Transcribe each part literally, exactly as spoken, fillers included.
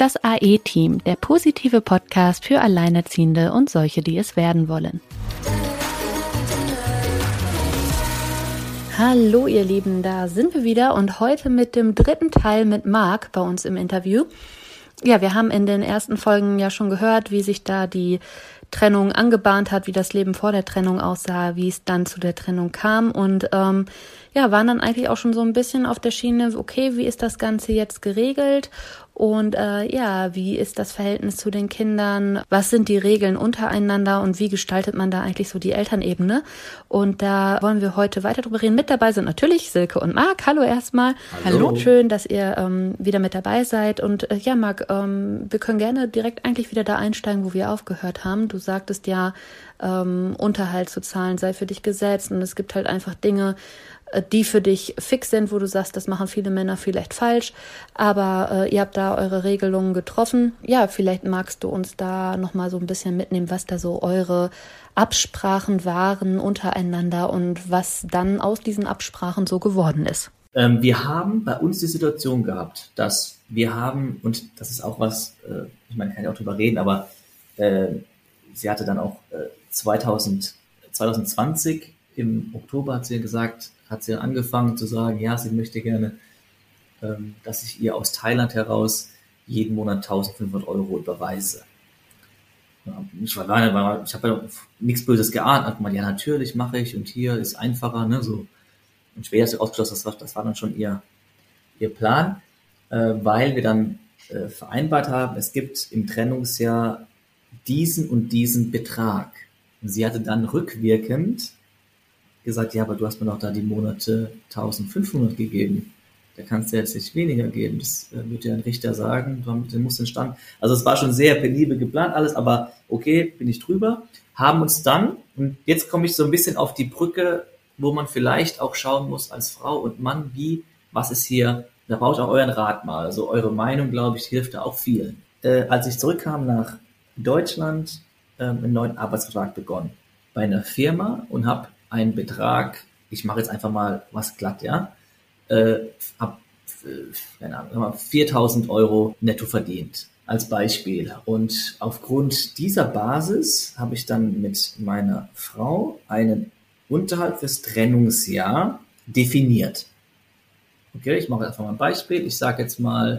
Das A E-Team, der positive Podcast für Alleinerziehende und solche, die es werden wollen. Hallo ihr Lieben, da sind wir wieder und heute mit dem dritten Teil mit Marc bei uns im Interview. Ja, wir haben in den ersten Folgen ja schon gehört, wie sich da die Trennung angebahnt hat, wie das Leben vor der Trennung aussah, wie es dann zu der Trennung kam und ähm, ja, waren dann eigentlich auch schon so ein bisschen auf der Schiene, okay, wie ist das Ganze jetzt geregelt und äh, ja, wie ist das Verhältnis zu den Kindern, was sind die Regeln untereinander und wie gestaltet man da eigentlich so die Elternebene, und da wollen wir heute weiter drüber reden. Mit dabei sind natürlich Silke und Marc. Hallo erstmal. Hallo. Hallo. Schön, dass ihr ähm, wieder mit dabei seid und äh, ja, Marc, ähm, wir können gerne direkt eigentlich wieder da einsteigen, wo wir aufgehört haben. Du sagtest ja, ähm, Unterhalt zu zahlen sei für dich gesetzt und es gibt halt einfach Dinge, die für dich fix sind, wo du sagst, das machen viele Männer vielleicht falsch, aber äh, ihr habt da eure Regelungen getroffen. Ja, vielleicht magst du uns da nochmal so ein bisschen mitnehmen, was da so eure Absprachen waren untereinander und was dann aus diesen Absprachen so geworden ist. Ähm, wir haben bei uns die Situation gehabt, dass wir haben, und das ist auch was, äh, ich meine, kann ich auch drüber reden, aber äh, sie hatte dann auch äh, zweitausend, zwanzig zwanzig im Oktober hat sie gesagt, hat sie angefangen zu sagen, ja, sie möchte gerne, ähm, dass ich ihr aus Thailand heraus jeden Monat eintausendfünfhundert Euro überweise. Ja, ich war, war, ich habe ja nichts Böses geahnt, hat man, ja, natürlich mache ich und hier ist einfacher, ne, so. Und später ist ausgeschlossen, das war, das war dann schon ihr, ihr Plan, äh, weil wir dann äh, vereinbart haben, es gibt im Trennungsjahr diesen und diesen Betrag. Und sie hatte dann rückwirkend gesagt, ja, aber du hast mir doch da die Monate eintausendfünfhundert gegeben. Da kannst du jetzt nicht weniger geben. Das äh, wird ja ein Richter sagen, du musst den Stand. Also es war schon sehr penibel geplant alles, aber okay, bin ich drüber. Haben uns dann, und jetzt komme ich so ein bisschen auf die Brücke, wo man vielleicht auch schauen muss als Frau und Mann, wie, was ist hier, da brauche ich auch euren Rat mal. Also eure Meinung, glaube ich, hilft da auch vielen. Äh, als ich zurückkam nach Deutschland, äh, einen neuen Arbeitsvertrag begonnen bei einer Firma und habe einen Betrag, ich mache jetzt einfach mal was glatt, ja, äh, hab, äh, keine Ahnung, viertausend Euro netto verdient, als Beispiel. Und aufgrund dieser Basis habe ich dann mit meiner Frau einen Unterhalt fürs Trennungsjahr definiert. Okay, ich mache einfach mal ein Beispiel, ich sage jetzt mal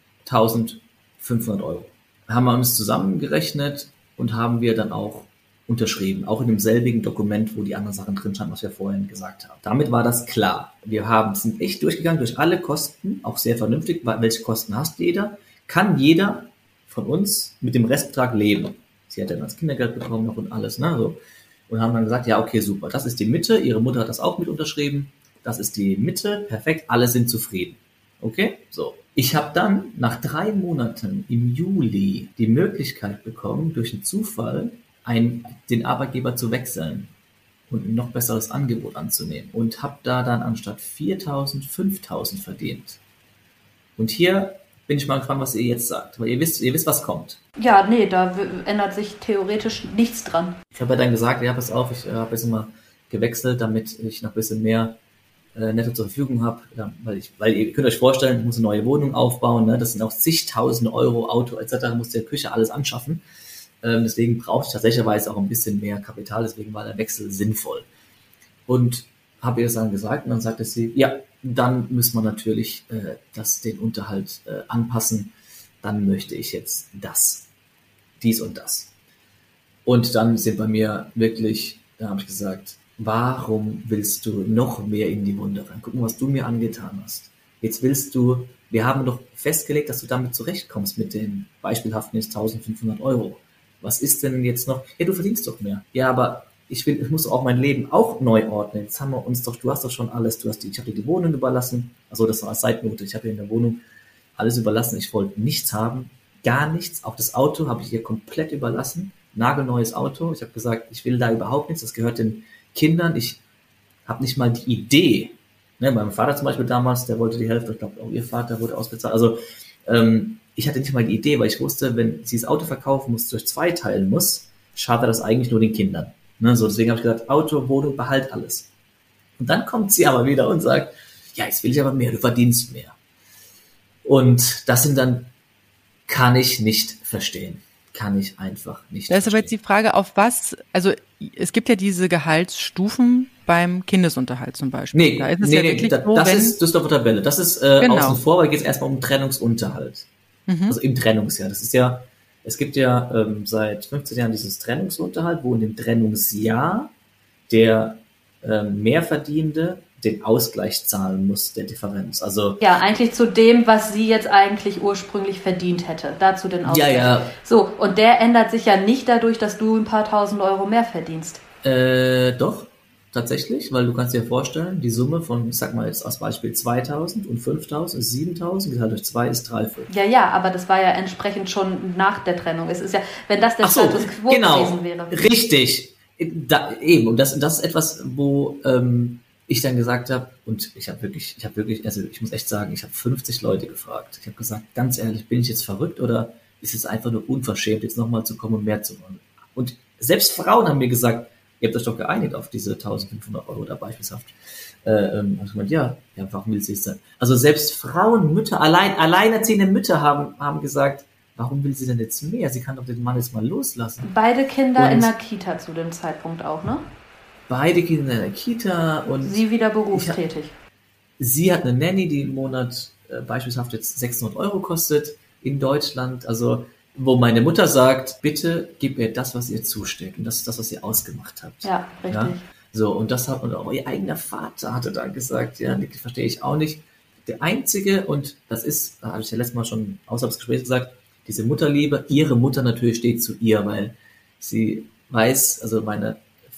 eintausendfünfhundert Euro. Haben wir uns zusammengerechnet und haben wir dann auch unterschrieben, auch in demselbigen Dokument, wo die anderen Sachen drin standen, was wir vorhin gesagt haben. Damit war das klar. Wir haben, sind echt durchgegangen durch alle Kosten, auch sehr vernünftig, welche Kosten hast jeder, kann jeder von uns mit dem Restbetrag leben. Sie hat dann das Kindergeld bekommen noch und alles, ne, so. Und haben dann gesagt, ja, okay, super, das ist die Mitte, ihre Mutter hat das auch mit unterschrieben, das ist die Mitte, perfekt, alle sind zufrieden. Okay, so. Ich habe dann nach drei Monaten im Juli die Möglichkeit bekommen, durch einen Zufall Ein, den Arbeitgeber zu wechseln und ein noch besseres Angebot anzunehmen und habe da dann anstatt viertausend, fünftausend verdient. Und hier bin ich mal gespannt, was ihr jetzt sagt, weil ihr wisst, ihr wisst, was kommt. Ja, nee, da w- ändert sich theoretisch nichts dran. Ich habe ja dann gesagt, ja, pass auf, ich äh, habe jetzt mal gewechselt, damit ich noch ein bisschen mehr äh, netto zur Verfügung habe, ja, weil ich, weil ihr könnt euch vorstellen, ich muss eine neue Wohnung aufbauen, ne? Das sind auch zigtausend Euro, Auto et cetera, muss der Küche alles anschaffen. Deswegen brauchte ich tatsächlich auch ein bisschen mehr Kapital, deswegen war der Wechsel sinnvoll. Und habe ihr das dann gesagt und dann sagte sie, ja, dann müssen wir natürlich äh, das, den Unterhalt äh, anpassen, dann möchte ich jetzt das, dies und das. Und dann sind bei mir wirklich, da habe ich gesagt, warum willst du noch mehr in die Wunde rein? Guck mal, was du mir angetan hast. Jetzt willst du, wir haben doch festgelegt, dass du damit zurechtkommst mit den beispielhaften jetzt eintausendfünfhundert Euro. Was ist denn jetzt noch? Ja, du verdienst doch mehr. Ja, aber ich will, ich muss auch mein Leben auch neu ordnen. Jetzt haben wir uns doch, du hast doch schon alles, du hast die, ich habe dir die Wohnung überlassen. Also das war als Seitennote. Ich habe hier in der Wohnung alles überlassen. Ich wollte nichts haben, gar nichts. Auch das Auto habe ich ihr komplett überlassen. Nagelneues Auto. Ich habe gesagt, ich will da überhaupt nichts. Das gehört den Kindern. Ich habe nicht mal die Idee. Ne, mein Vater zum Beispiel damals, der wollte die Hälfte. Ich glaube, auch ihr Vater wurde ausbezahlt. Also ähm, ich hatte nicht mal die Idee, weil ich wusste, wenn sie das Auto verkaufen muss, durch zwei teilen muss, schadet das eigentlich nur den Kindern. Ne, so, deswegen habe ich gesagt, Auto, Wohnung, behalt alles. Und dann kommt sie aber wieder und sagt, ja, jetzt will ich aber mehr, du verdienst mehr. Und das sind dann kann ich nicht verstehen. Kann ich einfach nicht Da ist verstehen. aber jetzt die Frage, auf was, also es gibt ja diese Gehaltsstufen beim Kindesunterhalt zum Beispiel. Nee, da ist es nee, ja nee, wirklich da, so, das wenn, ist Düsseldorfer Tabelle. Das ist äh, Genau. außen vor, weil geht es erstmal um Trennungsunterhalt. Mhm. Also im Trennungsjahr. Das ist ja, es gibt ja ähm, seit fünfzehn Jahren dieses Trennungsunterhalt, wo in dem Trennungsjahr der ähm, Mehrverdienende den Ausgleich zahlen muss, der Differenz. Also Ja, eigentlich zu dem, was sie jetzt eigentlich ursprünglich verdient hätte. Dazu den Ausgleich. ja, ja, So, und der ändert sich ja nicht dadurch, dass du ein paar tausend Euro mehr verdienst. äh, doch, tatsächlich, weil du kannst dir vorstellen, die Summe von, ich sag mal jetzt als Beispiel zweitausend und fünftausend ist siebentausend, geteilt durch zwei ist drei Komma fünf. Ja, ja, aber das war ja entsprechend schon nach der Trennung. Es ist ja, wenn das der Ach so, Status quo genau, gewesen wäre. richtig. Da, eben, und das, das ist etwas, wo ähm, ich dann gesagt habe, und ich habe wirklich, ich habe wirklich, also ich muss echt sagen, ich habe fünfzig Leute gefragt. Ich habe gesagt, ganz ehrlich, bin ich jetzt verrückt oder ist es einfach nur unverschämt, jetzt nochmal zu kommen und mehr zu wollen? Und selbst Frauen haben mir gesagt, ihr habt euch doch geeinigt auf diese eintausendfünfhundert Euro oder beispielshaft. Äh, ähm, hab ich gemeint, ja, ja, warum will sie es sein? Also selbst Frauen, Mütter, allein, alleinerziehende Mütter haben, haben gesagt, warum will sie denn jetzt mehr? Sie kann doch den Mann jetzt mal loslassen. Beide Kinder Und in der Kita zu dem Zeitpunkt auch, ne? Beide Kinder in der Kita und Sie wieder berufstätig. sie hat eine Nanny, die im Monat äh, beispielshaft jetzt sechshundert Euro kostet in Deutschland. Also wo meine Mutter sagt, bitte gib mir das, was ihr zusteht. Und das ist das, was ihr ausgemacht habt. Ja, richtig. Ja? So, und das hat, und auch ihr eigener Vater hatte dann gesagt, ja, das verstehe ich auch nicht. Der einzige, und das ist, da habe ich ja letztes Mal schon außerhalb des Gesprächs gesagt, diese Mutterliebe, ihre Mutter natürlich steht zu ihr, weil sie weiß, also meine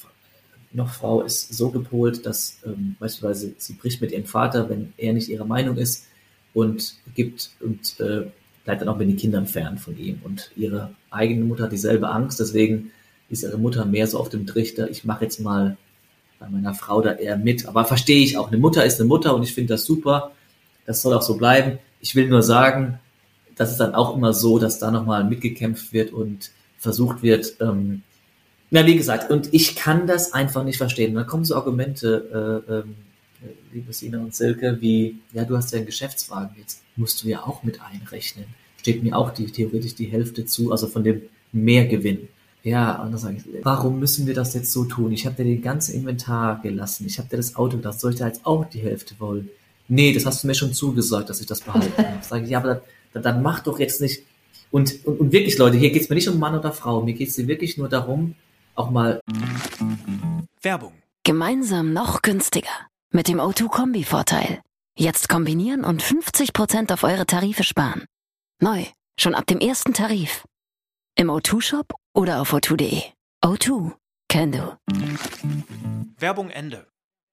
noch Frau ist so gepolt, dass ähm, beispielsweise sie bricht mit ihrem Vater, wenn er nicht ihrer Meinung ist und gibt und äh, bleibt dann auch mit den Kindern fern von ihm. Und ihre eigene Mutter hat dieselbe Angst, deswegen ist ihre Mutter mehr so auf dem Trichter, ich mache jetzt mal bei meiner Frau da eher mit. Aber verstehe ich auch, eine Mutter ist eine Mutter und ich finde das super, das soll auch so bleiben. Ich will nur sagen, das ist dann auch immer so, dass da nochmal mitgekämpft wird und versucht wird, ähm, na, wie gesagt, und ich kann das einfach nicht verstehen. Und dann kommen so Argumente, äh, ähm, liebe Sina und Silke, wie, ja, du hast ja einen Geschäftswagen, jetzt musst du ja auch mit einrechnen. Steht mir auch die, theoretisch die Hälfte zu, also von dem Mehrgewinn. Ja, und dann sage ich, warum müssen wir das jetzt so tun? Ich habe dir den ganzen Inventar gelassen, ich habe dir das Auto gelassen, soll ich da jetzt auch die Hälfte wollen? Nee, das hast du mir schon zugesagt, dass ich das behalten darf. Sage ich, ja, aber dann, dann mach doch jetzt nicht. Und, und, und wirklich, Leute, hier geht es mir nicht um Mann oder Frau, mir geht es wirklich nur darum, auch mal Werbung. Gemeinsam noch günstiger. Mit dem O zwei Kombi-Vorteil. Jetzt kombinieren und fünfzig Prozent auf eure Tarife sparen. Neu, schon ab dem ersten Tarif. Im O zwei Shop oder auf o zwei punkt de. O zwei, can do. Werbung Ende.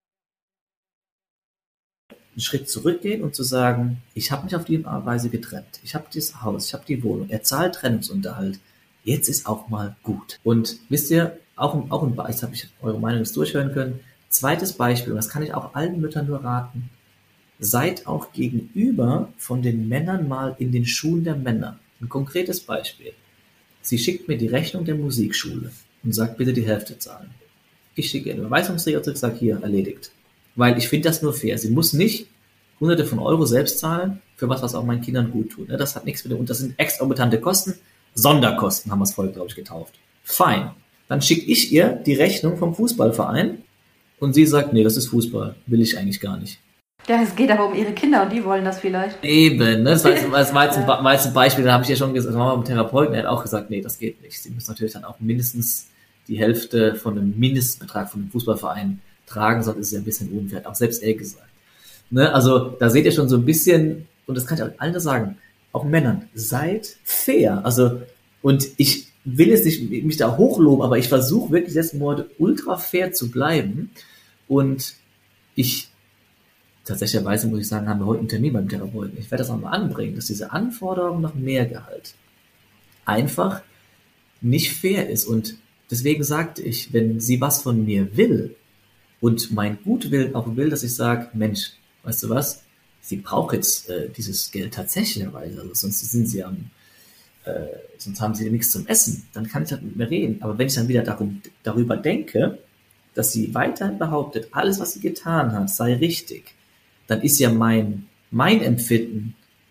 einen Schritt zurückgehen und zu sagen, ich habe mich auf die Weise getrennt. Ich habe das Haus, ich habe die Wohnung, er zahlt Trennungsunterhalt. Jetzt ist auch mal gut. Und wisst ihr, auch, auch ein Beispiel, jetzt habe ich eure Meinung jetzt durchhören können. Zweites Beispiel, und das kann ich auch allen Müttern nur raten. Seid auch gegenüber von den Männern mal in den Schulen der Männer. Ein konkretes Beispiel. Sie schickt mir die Rechnung der Musikschule und sagt, bitte die Hälfte zahlen. Ich schicke ihr einen Überweisungsträger zurück, sage, hier, erledigt. Weil ich finde das nur fair. Sie muss nicht Hunderte von Euro selbst zahlen für was, was auch meinen Kindern gut tut. Das hat nichts mit dem, und das sind exorbitante Kosten. Sonderkosten haben wir es vorher, glaube ich, getauft. Fein. Dann schicke ich ihr die Rechnung vom Fußballverein und sie sagt, nee, das ist Fußball. Will ich eigentlich gar nicht. Ja, es geht aber um ihre Kinder und die wollen das vielleicht. Eben, ne? Das war jetzt, das war jetzt, ein, war jetzt ein Beispiel, da habe ich ja schon gesagt, das war beim Therapeuten, er hat auch gesagt, nee, das geht nicht. Sie müssen natürlich dann auch mindestens die Hälfte von einem Mindestbetrag von einem Fußballverein tragen, sonst ist es ja ein bisschen unfair, auch selbst er gesagt. Ne? Also da seht ihr schon so ein bisschen, und das kann ich auch allen sagen, auch Männern, seid fair. Also, und ich will jetzt nicht mich da hochloben, aber ich versuche wirklich letzten Monate ultra fair zu bleiben. Und ich, tatsächlicherweise muss ich sagen, haben wir heute einen Termin beim Therapeuten. Ich werde das auch mal anbringen, dass diese Anforderung nach mehr Gehalt einfach nicht fair ist. Und deswegen sagte ich, wenn sie was von mir will und mein Gutwillen auch will, dass ich sage, Mensch, weißt du was, sie braucht jetzt äh, dieses Geld tatsächlicherweise, also sonst sind sie am, äh, sonst haben sie nichts zum Essen, dann kann ich halt mit mir reden. Aber wenn ich dann wieder darum, darüber denke, dass sie weiterhin behauptet, alles, was sie getan hat, sei richtig, dann ist ja mein, mein Empfinden,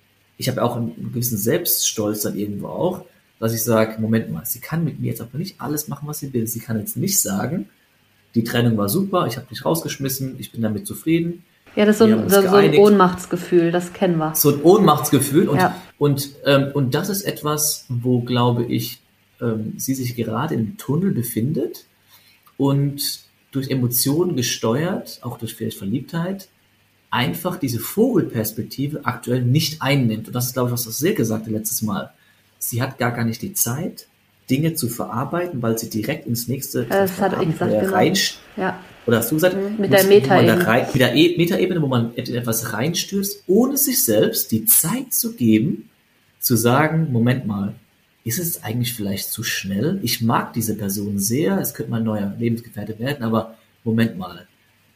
ich habe auch einen gewissen Selbststolz dann irgendwo auch, dass ich sage, Moment mal, sie kann mit mir jetzt aber nicht alles machen, was sie will. Sie kann jetzt nicht sagen, die Trennung war super, ich habe dich rausgeschmissen, ich bin damit zufrieden. Ja, das ist so ein, so ein Ohnmachtsgefühl, das kennen wir. So ein Ohnmachtsgefühl und, ja. und, ähm, und das ist etwas, wo, glaube ich, ähm, sie sich gerade im Tunnel befindet und durch Emotionen gesteuert, auch durch vielleicht Verliebtheit, einfach diese Vogelperspektive aktuell nicht einnimmt. Und das ist, glaube ich, was das sehr gesagt hat letztes Mal. Sie hat gar, gar nicht die Zeit, Dinge zu verarbeiten, weil sie direkt ins nächste das hat ich gesagt, äh, rein, ja. Oder hast du gesagt, mit der Metaebene. Rein, mit der e- Metaebene, wo man in etwas reinstürzt, ohne sich selbst die Zeit zu geben, zu sagen, Moment mal, ist es eigentlich vielleicht zu schnell? Ich mag diese Person sehr, es könnte mein neuer Lebensgefährte werden, aber Moment mal,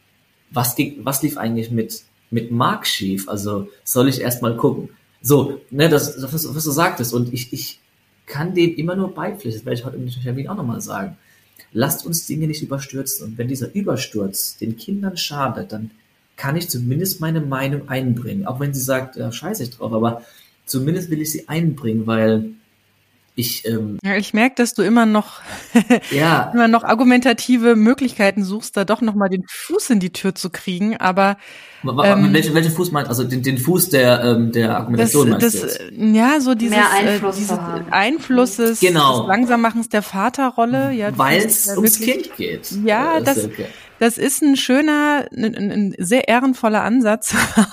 was, was lief eigentlich mit, mit Marc schief? Also soll ich erst mal gucken? So, ne, das, das was, was du sagtest, und ich, ich kann dem immer nur beipflichten, das werde ich heute im Termin auch nochmal sagen. Lasst uns Dinge nicht überstürzen. Und wenn dieser Übersturz den Kindern schadet, dann kann ich zumindest meine Meinung einbringen. Auch wenn sie sagt, ja, scheiße ich drauf, aber zumindest will ich sie einbringen, weil ich... Ähm, ja, ich merke, dass du immer noch, ja. immer noch argumentative Möglichkeiten suchst, da doch nochmal den Fuß in die Tür zu kriegen, aber... Ähm, welchen, welchen Fuß meinst du? Also den, den Fuß der, ähm, der Argumentation das, meinst das, du jetzt? Ja, so dieses, Mehr Einfluss äh, dieses haben. Einflusses, genau. des Langsammachens der Vaterrolle. Ja, weil es ja ums wirklich, Kind geht. Ja, das, okay. das ist ein schöner, ein, ein sehr ehrenvoller Ansatz.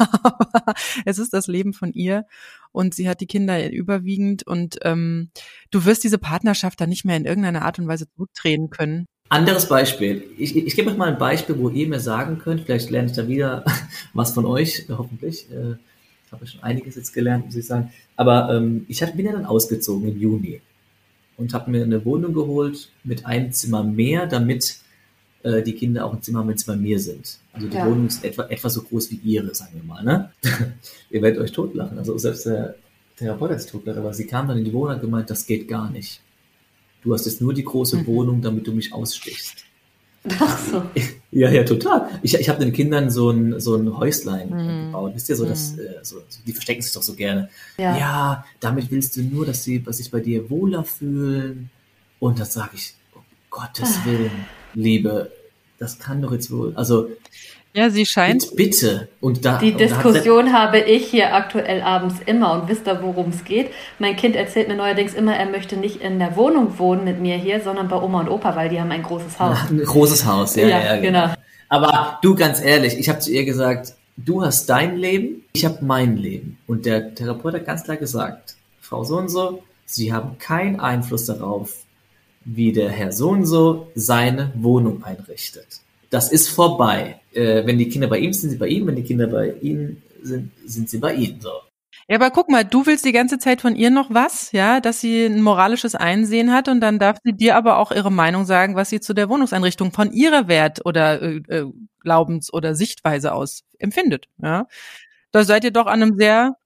Aber es ist das Leben von ihr und sie hat die Kinder überwiegend und ähm, du wirst diese Partnerschaft dann nicht mehr in irgendeiner Art und Weise zurückdrehen können. Anderes Beispiel. Ich, ich, ich gebe euch mal ein Beispiel, wo ihr mir sagen könnt, vielleicht lerne ich da wieder was von euch, hoffentlich. Ich äh, habe schon einiges jetzt gelernt, muss ich sagen. Aber ähm, ich hab, bin ja dann ausgezogen im Juni und habe mir eine Wohnung geholt mit einem Zimmer mehr, damit äh, die Kinder auch ein Zimmer mit bei mir sind. Also die ja. Wohnung ist etwa, etwa so groß wie ihre, sagen wir mal. Ne? Ihr werdet euch totlachen. Also selbst der Therapeut hat sich totlachen, aber sie kam dann in die Wohnung und gemeint, das geht gar nicht. Du hast jetzt nur die große mhm. Wohnung, damit du mich ausstichst. Ach so. Ja, ja, total. Ich, ich habe den Kindern so ein, so ein Häuslein mhm. gebaut. Wisst ihr, so, mhm. dass, äh, so, die verstecken sich doch so gerne. Ja. ja, damit willst du nur, dass sie dass sich bei dir wohler fühlen. Und das sage ich, um Gottes Willen, Liebe, das kann doch jetzt wohl, also... Ja, sie scheint... Bitte. Und da, die und Diskussion da habe ich hier aktuell abends immer und wisst ihr, worum es geht. Mein Kind erzählt mir neuerdings immer, er möchte nicht in der Wohnung wohnen mit mir hier, sondern bei Oma und Opa, weil die haben ein großes Haus. Ein großes Haus, ja, ja, ja genau. genau. Aber du, ganz ehrlich, ich habe zu ihr gesagt, du hast dein Leben, ich habe mein Leben. Und der Therapeut hat ganz klar gesagt, Frau so und so, Sie haben keinen Einfluss darauf, wie der Herr so und so seine Wohnung einrichtet. Das ist vorbei. Äh, wenn die Kinder bei ihm sind, sind sie bei ihm. Wenn die Kinder bei ihnen sind, sind sie bei ihnen. So. Ja, aber guck mal, du willst die ganze Zeit von ihr noch was, ja, dass sie ein moralisches Einsehen hat und dann darf sie dir aber auch ihre Meinung sagen, was sie zu der Wohnungseinrichtung von ihrer Wert- oder äh, Glaubens- oder Sichtweise aus empfindet. Ja, da seid ihr doch an einem sehr,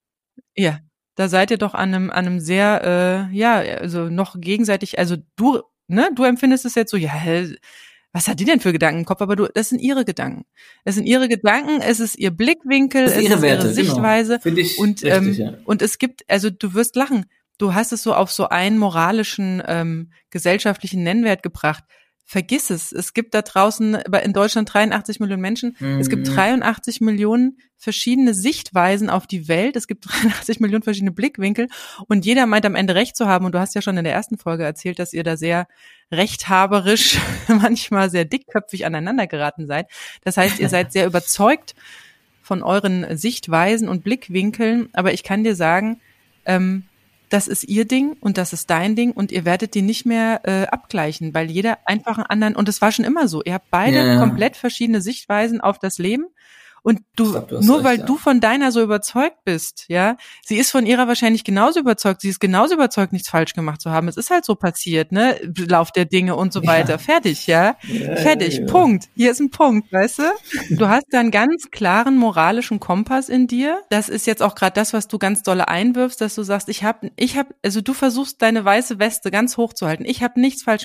ja, da seid ihr doch an einem, an einem sehr, äh, ja, also noch gegenseitig. Also du, ne, du empfindest es jetzt so, ja. Was hat die denn für Gedanken im Kopf? Aber du, das sind ihre Gedanken. Es sind ihre Gedanken, es ist ihr Blickwinkel, es ist ihre, Werte, ihre Sichtweise. Genau. Finde ich und, richtig, ähm, ja. und es gibt, also du wirst lachen. Du hast es so auf so einen moralischen, ähm, gesellschaftlichen Nennwert gebracht. Vergiss es. Es gibt da draußen in Deutschland dreiundachtzig Millionen Menschen. Mhm. Es gibt dreiundachtzig Millionen verschiedene Sichtweisen auf die Welt. Es gibt dreiundachtzig Millionen verschiedene Blickwinkel. Und jeder meint am Ende Recht zu haben. Und du hast ja schon in der ersten Folge erzählt, dass ihr da sehr rechthaberisch, manchmal sehr dickköpfig aneinander geraten seid. Das heißt, ihr seid sehr überzeugt von euren Sichtweisen und Blickwinkeln. Aber ich kann dir sagen, ähm, das ist ihr Ding und das ist dein Ding und ihr werdet die nicht mehr äh, abgleichen, weil jeder einfach einen anderen, und es war schon immer so, ihr habt beide ja. komplett verschiedene Sichtweisen auf das Leben und du, glaub, du nur recht, weil ja. du von deiner so überzeugt bist, ja, sie ist von ihrer wahrscheinlich genauso überzeugt, sie ist genauso überzeugt, nichts falsch gemacht zu haben, es ist halt so passiert, ne, Lauf der Dinge und so ja. weiter, fertig, ja, ja fertig, ja. Punkt, hier ist ein Punkt, weißt du, du hast da einen ganz klaren moralischen Kompass in dir, das ist jetzt auch gerade das, was du ganz dolle einwirfst, dass du sagst, ich hab, ich hab, also du versuchst deine weiße Weste ganz hoch zu halten, ich habe nichts falsch gemacht.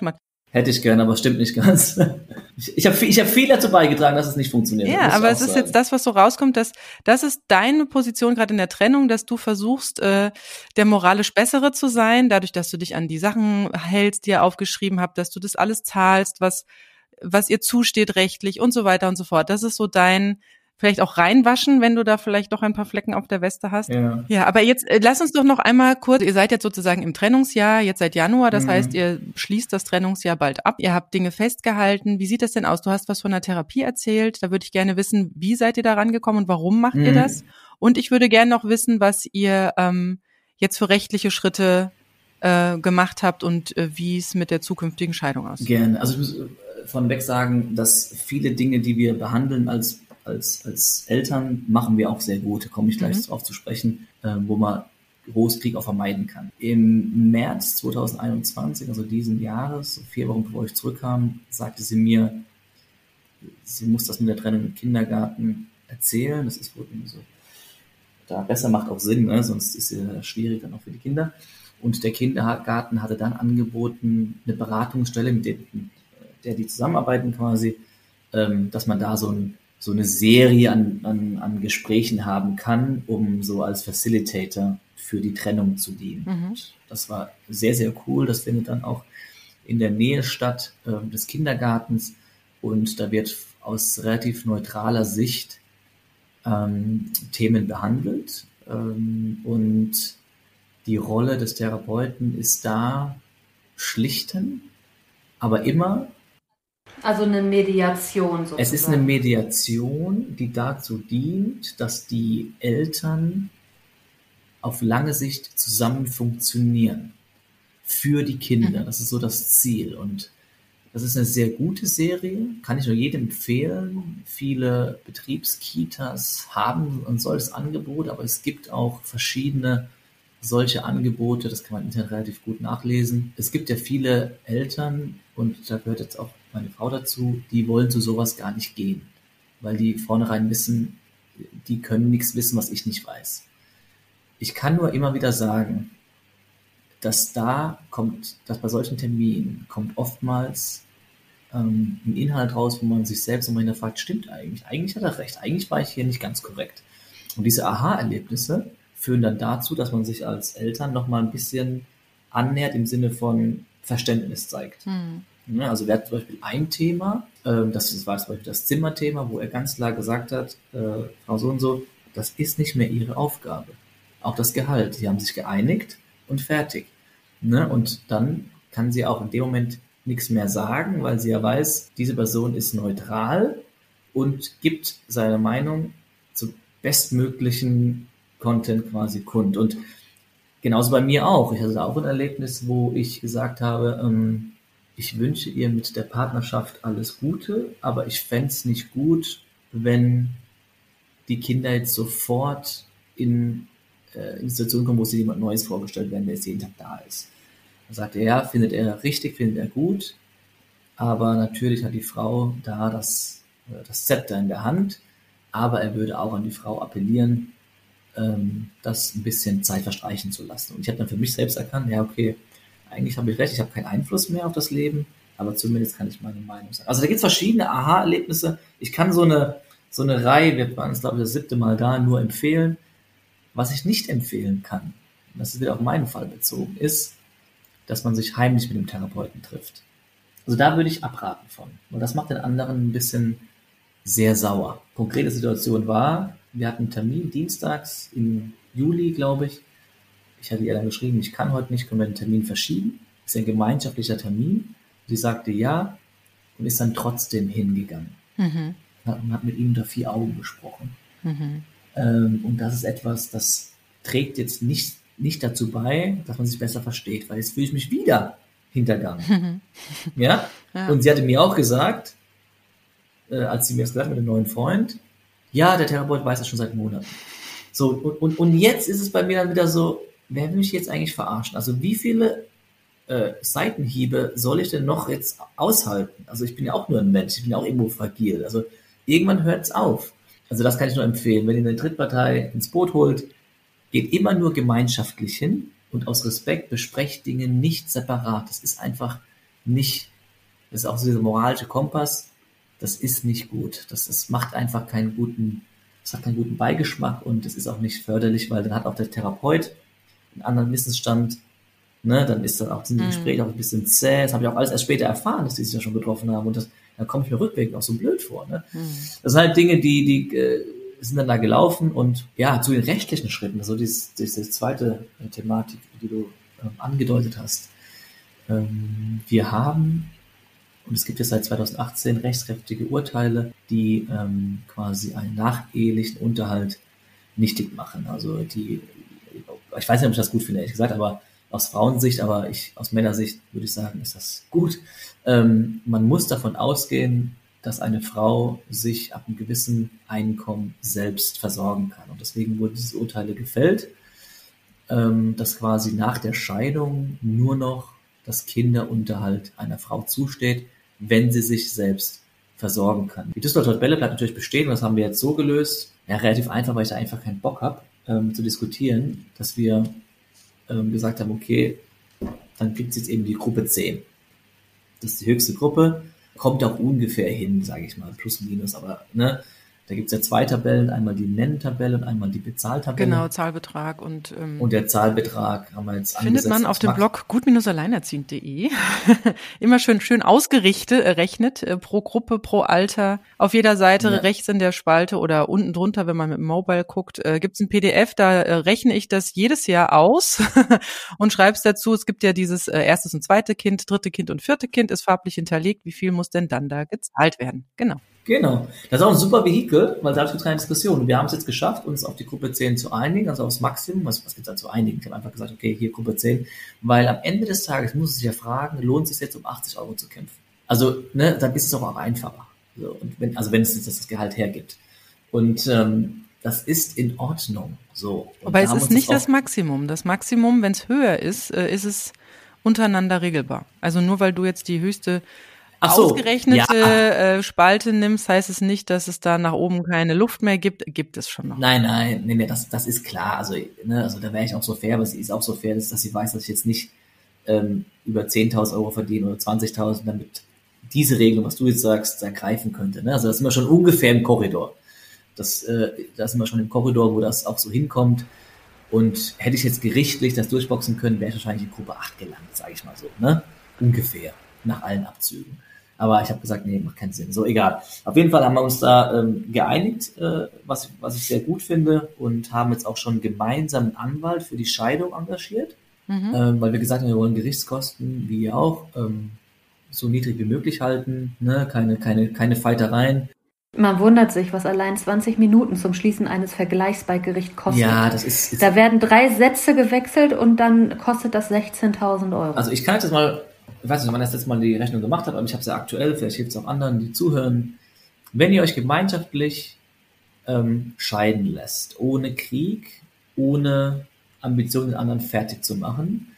Hätte ich gerne, aber stimmt nicht ganz. Ich, ich habe viel, ich hab viel dazu beigetragen, dass es nicht funktioniert. Ja, aber es ist sagen. jetzt das, was so rauskommt, dass das ist deine Position gerade in der Trennung, dass du versuchst, äh, der moralisch Bessere zu sein, dadurch, dass du dich an die Sachen hältst, die ihr aufgeschrieben habt, dass du das alles zahlst, was was ihr zusteht rechtlich und so weiter und so fort. Das ist so dein vielleicht auch reinwaschen, wenn du da vielleicht doch ein paar Flecken auf der Weste hast. Ja, ja, aber jetzt äh, lass uns doch noch einmal kurz, ihr seid jetzt sozusagen im Trennungsjahr, jetzt seit Januar, das mhm. heißt, ihr schließt das Trennungsjahr bald ab. Ihr habt Dinge festgehalten. Wie sieht das denn aus? Du hast was von der Therapie erzählt. Da würde ich gerne wissen, wie seid ihr da rangekommen und warum macht mhm. ihr das? Und ich würde gerne noch wissen, was ihr ähm, jetzt für rechtliche Schritte äh, gemacht habt und äh, wie es mit der zukünftigen Scheidung aussieht. Gerne. Also ich muss vorneweg sagen, dass viele Dinge, die wir behandeln als Als, als Eltern machen wir auch sehr gut, da komme ich gleich mhm. drauf zu sprechen, äh, wo man Großkrieg auch vermeiden kann. Im März zweitausendeinundzwanzig, also diesen Jahres, so vier Wochen bevor ich zurückkam, sagte sie mir, sie muss das mit der Trennung im Kindergarten erzählen. Das ist wohl so, da besser macht auch Sinn, ne? Sonst ist es ja schwierig dann auch für die Kinder. Und der Kindergarten hatte dann angeboten, eine Beratungsstelle, mit der, der die zusammenarbeiten quasi, ähm, dass man da so ein so eine Serie an, an, an Gesprächen haben kann, um so als Facilitator für die Trennung zu dienen. Mhm. Das war sehr, sehr cool. Das findet dann auch in der Nähe statt äh, des Kindergartens und da wird aus relativ neutraler Sicht ähm, Themen behandelt ähm, und die Rolle des Therapeuten ist da schlichten, aber immer Also eine Mediation sozusagen. Es ist eine Mediation, die dazu dient, dass die Eltern auf lange Sicht zusammen funktionieren. Für die Kinder. Das ist so das Ziel. Und das ist eine sehr gute Serie. Kann ich nur jedem empfehlen. Viele Betriebskitas haben ein solches Angebot, aber es gibt auch verschiedene solche Angebote. Das kann man im Internet relativ gut nachlesen. Es gibt ja viele Eltern, und da gehört jetzt auch meine Frau dazu, die wollen zu sowas gar nicht gehen, weil die vornherein wissen, die können nichts wissen, was ich nicht weiß. Ich kann nur immer wieder sagen, dass da kommt, dass bei solchen Terminen kommt oftmals ähm, ein Inhalt raus, wo man sich selbst immer hinterfragt, stimmt eigentlich, eigentlich hat er recht, eigentlich war ich hier nicht ganz korrekt. Und diese Aha-Erlebnisse führen dann dazu, dass man sich als Eltern nochmal ein bisschen annähert im Sinne von Verständnis zeigt. Hm. Ja, also wir hatten zum Beispiel ein Thema, ähm, das, das war zum Beispiel das Zimmerthema, wo er ganz klar gesagt hat, äh, Frau so und so, das ist nicht mehr Ihre Aufgabe. Auch das Gehalt. Sie haben sich geeinigt und fertig. Ne? Und dann kann sie auch in dem Moment nichts mehr sagen, weil sie ja weiß, diese Person ist neutral und gibt seine Meinung zum bestmöglichen Content quasi kund. Und genauso bei mir auch. Ich hatte da auch ein Erlebnis, wo ich gesagt habe, ähm, ich wünsche ihr mit der Partnerschaft alles Gute, aber ich fände es nicht gut, wenn die Kinder jetzt sofort in, äh, in die Situation kommen, wo sie jemand Neues vorgestellt werden, der jetzt jeden Tag da ist. Dann sagt er, ja, findet er richtig, findet er gut, aber natürlich hat die Frau da das, äh, das Zepter in der Hand, aber er würde auch an die Frau appellieren, ähm, das ein bisschen Zeit verstreichen zu lassen. Und ich habe dann für mich selbst erkannt, ja, okay, eigentlich habe ich recht, ich habe keinen Einfluss mehr auf das Leben, aber zumindest kann ich meine Meinung sagen. Also da gibt es verschiedene Aha-Erlebnisse. Ich kann so eine, so eine Reihe, wir waren jetzt glaube ich das siebte Mal da, nur empfehlen. Was ich nicht empfehlen kann, und das ist wieder auf meinen Fall bezogen, ist, dass man sich heimlich mit dem Therapeuten trifft. Also da würde ich abraten von, weil das macht den anderen ein bisschen sehr sauer. Konkrete Situation war, wir hatten einen Termin dienstags im Juli, glaube ich. Ich hatte ihr dann geschrieben, ich kann heute nicht, können wir den Termin verschieben. Das ist ein gemeinschaftlicher Termin. Sie sagte ja und ist dann trotzdem hingegangen. Mhm. Und hat mit ihm unter vier Augen gesprochen. Mhm. Ähm, und das ist etwas, das trägt jetzt nicht, nicht dazu bei, dass man sich besser versteht, weil jetzt fühle ich mich wieder hintergangen. Mhm. Ja? Ja? Und sie hatte mir auch gesagt, äh, als sie mir das gesagt hat mit dem neuen Freund, ja, der Therapeut weiß das schon seit Monaten. So, und, und, und jetzt ist es bei mir dann wieder so, wer will mich jetzt eigentlich verarschen? Also wie viele äh, Seitenhiebe soll ich denn noch jetzt aushalten? Also ich bin ja auch nur ein Mensch, ich bin ja auch irgendwo fragil. Also irgendwann hört es auf. Also das kann ich nur empfehlen. Wenn ihr eine Drittpartei ins Boot holt, geht immer nur gemeinschaftlich hin und aus Respekt besprecht Dinge nicht separat. Das ist einfach nicht Das ist auch so dieser moralische Kompass. Das ist nicht gut. Das, das macht einfach keinen guten, das hat keinen guten Beigeschmack und es ist auch nicht förderlich, weil dann hat auch der Therapeut einen anderen Wissensstand. Ne, dann ist dann auch, sind die Gespräche auch ein bisschen zäh. Das habe ich auch alles erst später erfahren, dass die sich ja schon getroffen haben. Und das, da komme ich mir rückwirkend auch so blöd vor. Ne? Mhm. Das sind halt Dinge, die, die äh, sind dann da gelaufen. Und ja, zu den rechtlichen Schritten, also diese, diese zweite äh, Thematik, die du ähm, angedeutet hast. Ähm, wir haben, und es gibt ja seit zweitausendachtzehn rechtskräftige Urteile, die ähm, quasi einen nachehelichen Unterhalt nichtig machen. Also die, ich weiß nicht, ob ich das gut finde, ehrlich gesagt, aber aus Frauensicht, aber ich aus Männersicht würde ich sagen, ist das gut. Ähm, man muss davon ausgehen, dass eine Frau sich ab einem gewissen Einkommen selbst versorgen kann. Und deswegen wurden diese Urteile gefällt, ähm, dass quasi nach der Scheidung nur noch das Kinderunterhalt einer Frau zusteht, wenn sie sich selbst versorgen kann. Die Düsseldorfer Tabelle bleibt natürlich bestehen, und das haben wir jetzt so gelöst, ja, relativ einfach, weil ich da einfach keinen Bock habe, ähm, zu diskutieren, dass wir gesagt haben, okay, dann gibt es jetzt eben die Gruppe zehn. Das ist die höchste Gruppe, kommt auch ungefähr hin, sage ich mal, plus minus, aber ne, da gibt es ja zwei Tabellen, einmal die Nenntabelle und einmal die Bezahltabelle. Genau, Zahlbetrag und ähm, und der Zahlbetrag haben wir jetzt findet man auf dem Blog gut alleinerziehend punkt de. Immer schön schön ausgerichtet, äh, rechnet äh, pro Gruppe, pro Alter. Auf jeder Seite ja. rechts in der Spalte oder unten drunter, wenn man mit dem Mobile guckt, äh, gibt es ein P D F, da äh, rechne ich das jedes Jahr aus und schreib's dazu. Es gibt ja dieses äh, erstes und zweite Kind, dritte Kind und vierte Kind ist farblich hinterlegt. Wie viel muss denn dann da gezahlt werden? Genau. Genau. Das ist auch ein super Vehikel, weil da gibt es keine Diskussion. Wir haben es jetzt geschafft, uns auf die Gruppe zehn zu einigen, also aufs Maximum. Was, was gibt es da zu einigen? Ich habe einfach gesagt, okay, hier Gruppe zehn. Weil am Ende des Tages muss es sich ja fragen, lohnt es sich jetzt um achtzig Euro zu kämpfen? Also, ne, dann ist es auch, auch einfacher. So, und wenn, also wenn es jetzt das Gehalt hergibt. Und ähm, das ist in Ordnung. So. Und aber es ist nicht das Maximum. Das Maximum, wenn es höher ist, äh, ist es untereinander regelbar. Also nur weil du jetzt die höchste Ach so, ausgerechnete ja. äh, Spalte nimmst, heißt es nicht, dass es da nach oben keine Luft mehr gibt. Gibt es schon noch. Nein, nein, nee, nee, das, das ist klar. Also, ne, also da wäre ich auch so fair, aber sie ist auch so fair, dass, dass sie weiß, dass ich jetzt nicht ähm, über zehntausend Euro verdiene oder zwanzigtausend, damit diese Regelung, was du jetzt sagst, ergreifen könnte. Ne? Also das sind wir schon ungefähr im Korridor. Das, äh, da sind wir schon im Korridor, wo das auch so hinkommt. Und hätte ich jetzt gerichtlich das durchboxen können, wäre ich wahrscheinlich in Gruppe acht gelandet, sage ich mal so. Ne? Ungefähr, nach allen Abzügen. Aber ich habe gesagt, nee, macht keinen Sinn. So, egal. Auf jeden Fall haben wir uns da ähm, geeinigt, äh, was, was ich sehr gut finde, und haben jetzt auch schon gemeinsam einen Anwalt für die Scheidung engagiert, mhm. ähm, weil wir gesagt haben, wir wollen Gerichtskosten, wie ihr auch, ähm, so niedrig wie möglich halten, ne? keine, keine, keine Feitereien. Man wundert sich, was allein zwanzig Minuten zum Schließen eines Vergleichs bei Gericht kostet. Ja, das ist... ist da werden drei Sätze gewechselt und dann kostet das sechzehntausend Euro. Also ich kann jetzt mal... Ich weiß nicht, wann das letzte Mal die Rechnung gemacht hat, aber ich habe es ja aktuell, vielleicht hilft es auch anderen, die zuhören. Wenn ihr euch gemeinschaftlich ähm, scheiden lässt, ohne Krieg, ohne Ambitionen, den anderen fertig zu machen,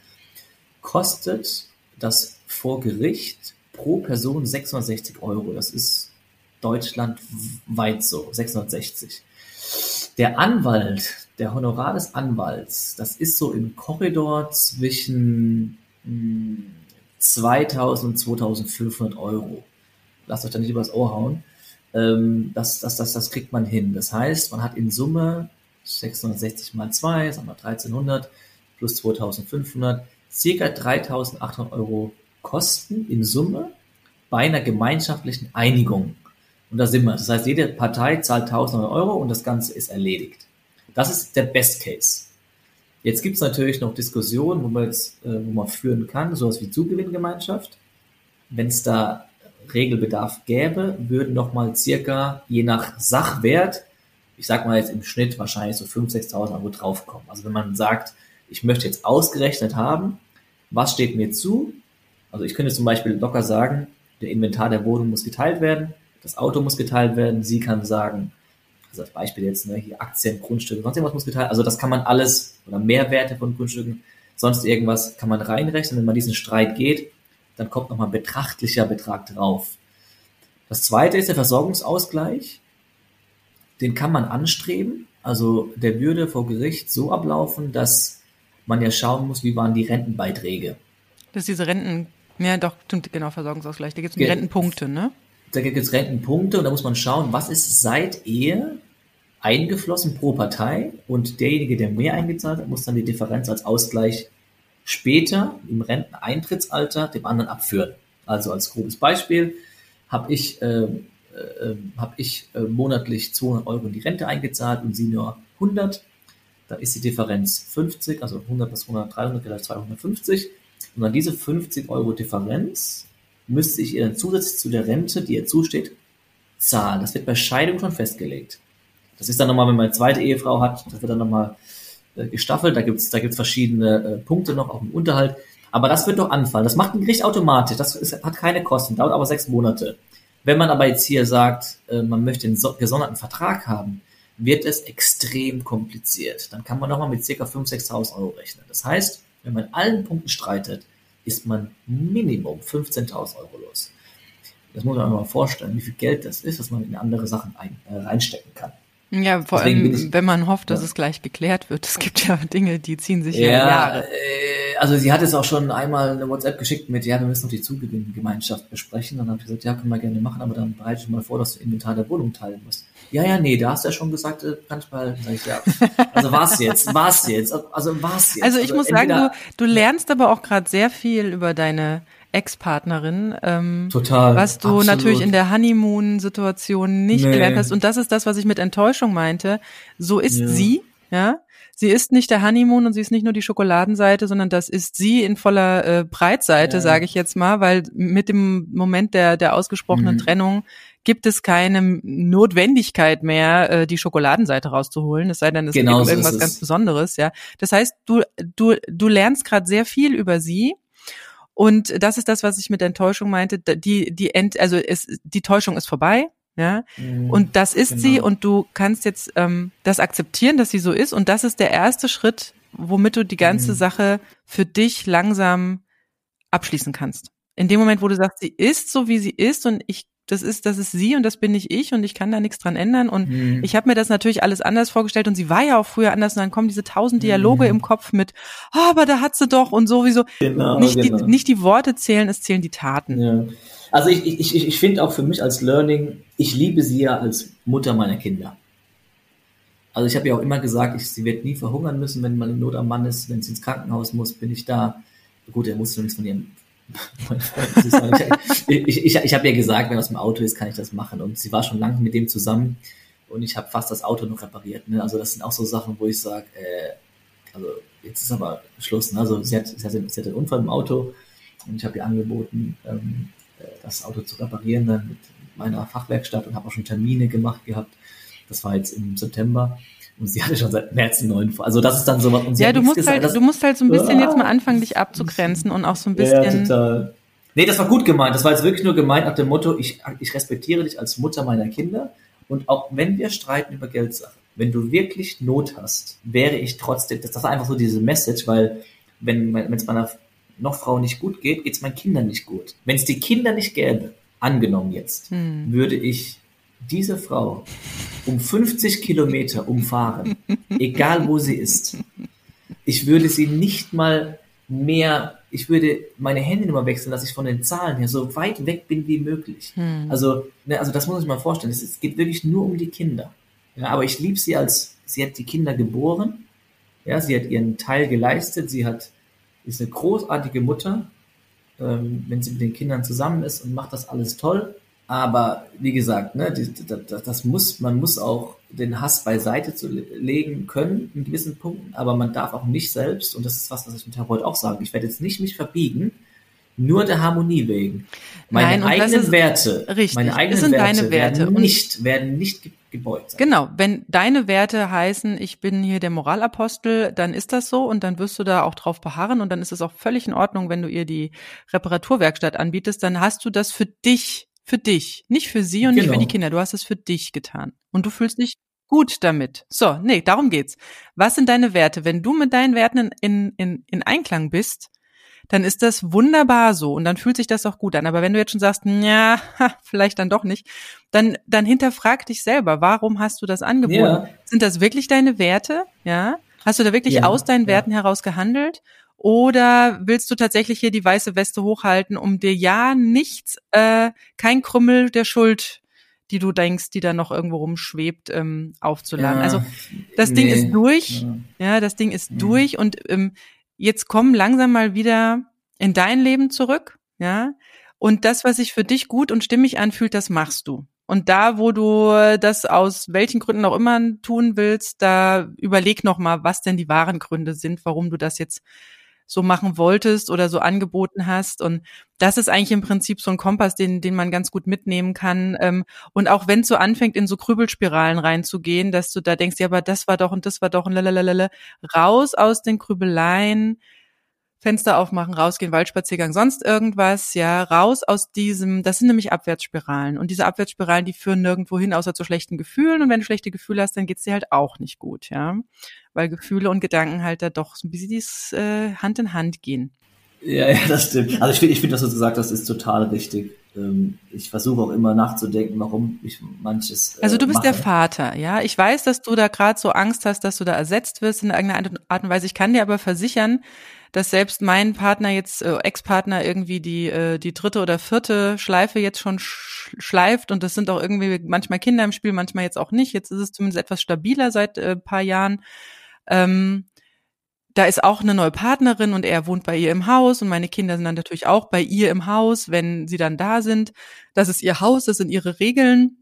kostet das vor Gericht pro Person sechshundertsechzig Euro. Das ist deutschlandweit so, sechshundertsechzig. Der Anwalt, der Honorar des Anwalts, das ist so im Korridor zwischen... Mh, zweitausend und zweitausendfünfhundert Euro. Lasst euch da nicht übers Ohr hauen. Ähm, das, das, das, das kriegt man hin. Das heißt, man hat in Summe sechshundertsechzig mal zwei, sagen wir dreizehnhundert plus zweitausendfünfhundert, circa dreitausendachthundert Euro Kosten in Summe bei einer gemeinschaftlichen Einigung. Und da sind wir. Das heißt, jede Partei zahlt tausend Euro und das Ganze ist erledigt. Das ist der Best Case. Jetzt gibt es natürlich noch Diskussionen, wo man jetzt, äh, wo man führen kann, sowas wie Zugewinngemeinschaft. Wenn es da Regelbedarf gäbe, würden nochmal circa, je nach Sachwert, ich sag mal jetzt im Schnitt wahrscheinlich so fünftausend, sechstausend Euro draufkommen. Also wenn man sagt, ich möchte jetzt ausgerechnet haben, was steht mir zu? Also ich könnte zum Beispiel locker sagen, der Inventar der Wohnung muss geteilt werden, das Auto muss geteilt werden, sie kann sagen, also als Beispiel jetzt, ne, hier Aktien, Grundstücke, sonst irgendwas muss geteilt, also das kann man alles, oder Mehrwerte von Grundstücken, sonst irgendwas kann man reinrechnen. Wenn man diesen Streit geht, dann kommt nochmal ein betrachtlicher Betrag drauf. Das zweite ist der Versorgungsausgleich. Den kann man anstreben, also der würde vor Gericht so ablaufen, dass man ja schauen muss, wie waren die Rentenbeiträge. Das ist diese Renten Ja, doch, stimmt, genau, Versorgungsausgleich. Da gibt es Ge- Rentenpunkte, ne? Da gibt es Rentenpunkte und da muss man schauen, was ist seit Ehe eingeflossen pro Partei und derjenige, der mehr eingezahlt hat, muss dann die Differenz als Ausgleich später im Renteneintrittsalter dem anderen abführen. Also als grobes Beispiel habe ich, äh, äh, hab ich äh, monatlich zweihundert Euro in die Rente eingezahlt und sie nur hundert. Da ist die Differenz fünfzig, also hundert plus hundert, dreihundert, gleich zweihundertfünfzig. Und an diese fünfzig Euro Differenz müsste ich ihr dann zusätzlich zu der Rente, die ihr zusteht, zahlen. Das wird bei Scheidung schon festgelegt. Das ist dann nochmal, wenn man eine zweite Ehefrau hat, das wird dann nochmal äh, gestaffelt. Da gibt's da gibt's verschiedene äh, Punkte noch, auch im Unterhalt. Aber das wird doch anfallen. Das macht ein Gericht automatisch. Das ist, hat keine Kosten, dauert aber sechs Monate. Wenn man aber jetzt hier sagt, äh, man möchte einen so, gesonderten Vertrag haben, wird es extrem kompliziert. Dann kann man nochmal mit ca. fünftausend, sechstausend Euro rechnen. Das heißt, wenn man in allen Punkten streitet, ist man Minimum fünfzehntausend Euro los. Das muss man sich mal vorstellen, wie viel Geld das ist, dass man in andere Sachen ein, äh, reinstecken kann. Ja, vor Deswegen allem, ich, wenn man hofft, dass ja. es gleich geklärt wird. Es gibt ja Dinge, die ziehen sich ja, ja Jahre. Äh, also sie hat es auch schon einmal eine WhatsApp geschickt mit, ja, wir müssen noch die Zugewinngemeinschaft besprechen. Und dann habe ich gesagt, ja, können wir gerne machen, aber dann bereite ich mal vor, dass du Inventar der Wohnung teilen musst. Ja, ja, nee, da hast du ja schon gesagt, kann ich mal, sag ich, ja. Also war's jetzt, war's jetzt, also war's jetzt. Also ich also muss entweder, sagen, du, du lernst aber auch gerade sehr viel über deine Ex-Partnerin, ähm, Total, was du absolut. natürlich in der Honeymoon-Situation nicht Nee. gelernt hast. Und das ist das, was ich mit Enttäuschung meinte. So ist Ja. sie, ja. Sie ist nicht der Honeymoon und sie ist nicht nur die Schokoladenseite, sondern das ist sie in voller äh, Breitseite, Ja. sage ich jetzt mal, weil mit dem Moment der der ausgesprochenen Mhm. Trennung gibt es keine Notwendigkeit mehr, äh, die Schokoladenseite rauszuholen, es sei denn, es Genau geht um so irgendwas ist es. ganz Besonderes, ja. Das heißt, du du du lernst gerade sehr viel über sie. Und das ist das, was ich mit Enttäuschung meinte. Die, die, Ent, also es, die Täuschung ist vorbei, ja. Mhm, Und das ist genau. sie und du kannst jetzt ähm, das akzeptieren, dass sie so ist. Und das ist der erste Schritt, womit du die ganze Mhm. Sache für dich langsam abschließen kannst. In dem Moment, wo du sagst, sie ist so, wie sie ist und ich, das ist, das ist sie und das bin nicht ich und ich kann da nichts dran ändern. Und Mhm. ich habe mir das natürlich alles anders vorgestellt und sie war ja auch früher anders und dann kommen diese tausend Dialoge Mhm. im Kopf mit, oh, aber da hat sie doch und sowieso. Genau, nicht, genau. die, nicht die Worte zählen, es zählen die Taten. Ja. Also ich, ich, ich, ich finde auch für mich als Learning, ich liebe sie ja als Mutter meiner Kinder. Also ich habe ja auch immer gesagt, ich, sie wird nie verhungern müssen, wenn mal in Not am Mann ist, wenn sie ins Krankenhaus muss, bin ich da. Gut, er musste nichts von ihrem ich ich, ich, ich habe ja gesagt, wenn was im Auto ist, kann ich das machen. Und sie war schon lange mit dem zusammen und ich habe fast das Auto noch repariert. Ne? Also das sind auch so Sachen, wo ich sage, äh, also jetzt ist aber Schluss. Ne? Also sie hat, sie, hat, sie hat einen Unfall im Auto und ich habe ihr angeboten, ähm, das Auto zu reparieren dann mit meiner Fachwerkstatt und habe auch schon Termine gemacht gehabt. Das war jetzt im September. Und sie hatte schon seit März einen neuen Fall. Also das ist dann so was. Ja, du musst gesagt, halt, das, du musst halt so ein bisschen Ah. jetzt mal anfangen, dich abzugrenzen und auch so ein bisschen. Ja, total. Nee, das war gut gemeint. Das war jetzt wirklich nur gemeint nach dem Motto, ich, ich respektiere dich als Mutter meiner Kinder. Und auch wenn wir streiten über Geldsachen, wenn du wirklich Not hast, wäre ich trotzdem, das, das war einfach so diese Message, weil wenn wenn es meiner noch Frau nicht gut geht, geht es meinen Kindern nicht gut. Wenn es die Kinder nicht gäbe, angenommen jetzt, Hm. würde ich diese Frau um fünfzig Kilometer umfahren, egal wo sie ist. Ich würde sie nicht mal mehr, ich würde meine Handynummer wechseln, dass ich von den Zahlen her so weit weg bin wie möglich. Hm. Also, ne, also das muss ich mal vorstellen. Es, es geht wirklich nur um die Kinder. Ja, aber ich liebe sie als, sie hat die Kinder geboren. Ja, sie hat ihren Teil geleistet. Sie hat, ist eine großartige Mutter, ähm, wenn sie mit den Kindern zusammen ist und macht das alles toll. Aber wie gesagt, ne, das, das muss, man muss auch den Hass beiseite zu legen können in gewissen Punkten, aber man darf auch nicht selbst, und das ist was, was ich dem Therapeut auch sage, ich werde jetzt nicht mich verbiegen, nur der Harmonie wegen. Meine Nein, und das eigenen ist Werte, richtig. meine Es eigenen sind Werte, deine Werte. werden Und- nicht, werden nicht ge- gebeugt sein. Genau, wenn deine Werte heißen, ich bin hier der Moralapostel, dann ist das so und dann wirst du da auch drauf beharren und dann ist es auch völlig in Ordnung, wenn du ihr die Reparaturwerkstatt anbietest, dann hast du das für dich, für dich, nicht für sie und nicht Genau. für die Kinder, du hast es für dich getan und du fühlst dich gut damit. So, nee, darum geht's. Was sind deine Werte? Wenn du mit deinen Werten in, in, in Einklang bist, dann ist das wunderbar so und dann fühlt sich das auch gut an. Aber wenn du jetzt schon sagst, ja, vielleicht dann doch nicht, dann, dann hinterfrag dich selber, warum hast du das angeboten? Ja. Sind das wirklich deine Werte? Ja? Hast du da wirklich Ja, aus deinen ja. Werten heraus gehandelt? Oder willst du tatsächlich hier die weiße Weste hochhalten, um dir ja nichts, äh, kein Krümmel der Schuld, die du denkst, die da noch irgendwo rumschwebt, ähm, aufzuladen? Ja, also das nee, Ding ist durch, ja, ja, das Ding ist Mhm. durch und ähm, jetzt komm langsam mal wieder in dein Leben zurück, ja. Und das, was sich für dich gut und stimmig anfühlt, das machst du. Und da, wo du das aus welchen Gründen auch immer tun willst, da überleg noch mal, was denn die wahren Gründe sind, warum du das jetzt so machen wolltest oder so angeboten hast. Und das ist eigentlich im Prinzip so ein Kompass, den, den man ganz gut mitnehmen kann. Und auch wenn es so anfängt, in so Grübelspiralen reinzugehen, dass du da denkst, ja, aber das war doch und das war doch und lalalala, raus aus den Grübeleien, Fenster aufmachen, rausgehen, Waldspaziergang, sonst irgendwas, ja, raus aus diesem, das sind nämlich Abwärtsspiralen. Und diese Abwärtsspiralen, die führen nirgendwo hin, außer zu schlechten Gefühlen. Und wenn du schlechte Gefühle hast, dann geht's dir halt auch nicht gut, ja. Weil Gefühle und Gedanken halt da doch so ein bisschen dies, äh, Hand in Hand gehen. Ja, ja, das stimmt. Also ich finde, ich finde, was du gesagt hast, ist total richtig. Ähm, ich versuche auch immer nachzudenken, warum ich manches äh, Also du bist mache. der Vater, ja. Ich weiß, dass du da gerade so Angst hast, dass du da ersetzt wirst in irgendeiner Art und Weise. Ich kann dir aber versichern, dass selbst mein Partner jetzt, äh, Ex-Partner irgendwie die äh, die dritte oder vierte Schleife jetzt schon sch- schleift und das sind auch irgendwie manchmal Kinder im Spiel, manchmal jetzt auch nicht. Jetzt ist es zumindest etwas stabiler seit äh, paar Jahren. Ähm, da ist auch eine neue Partnerin und er wohnt bei ihr im Haus und meine Kinder sind dann natürlich auch bei ihr im Haus, wenn sie dann da sind. Das ist ihr Haus, das sind ihre Regeln,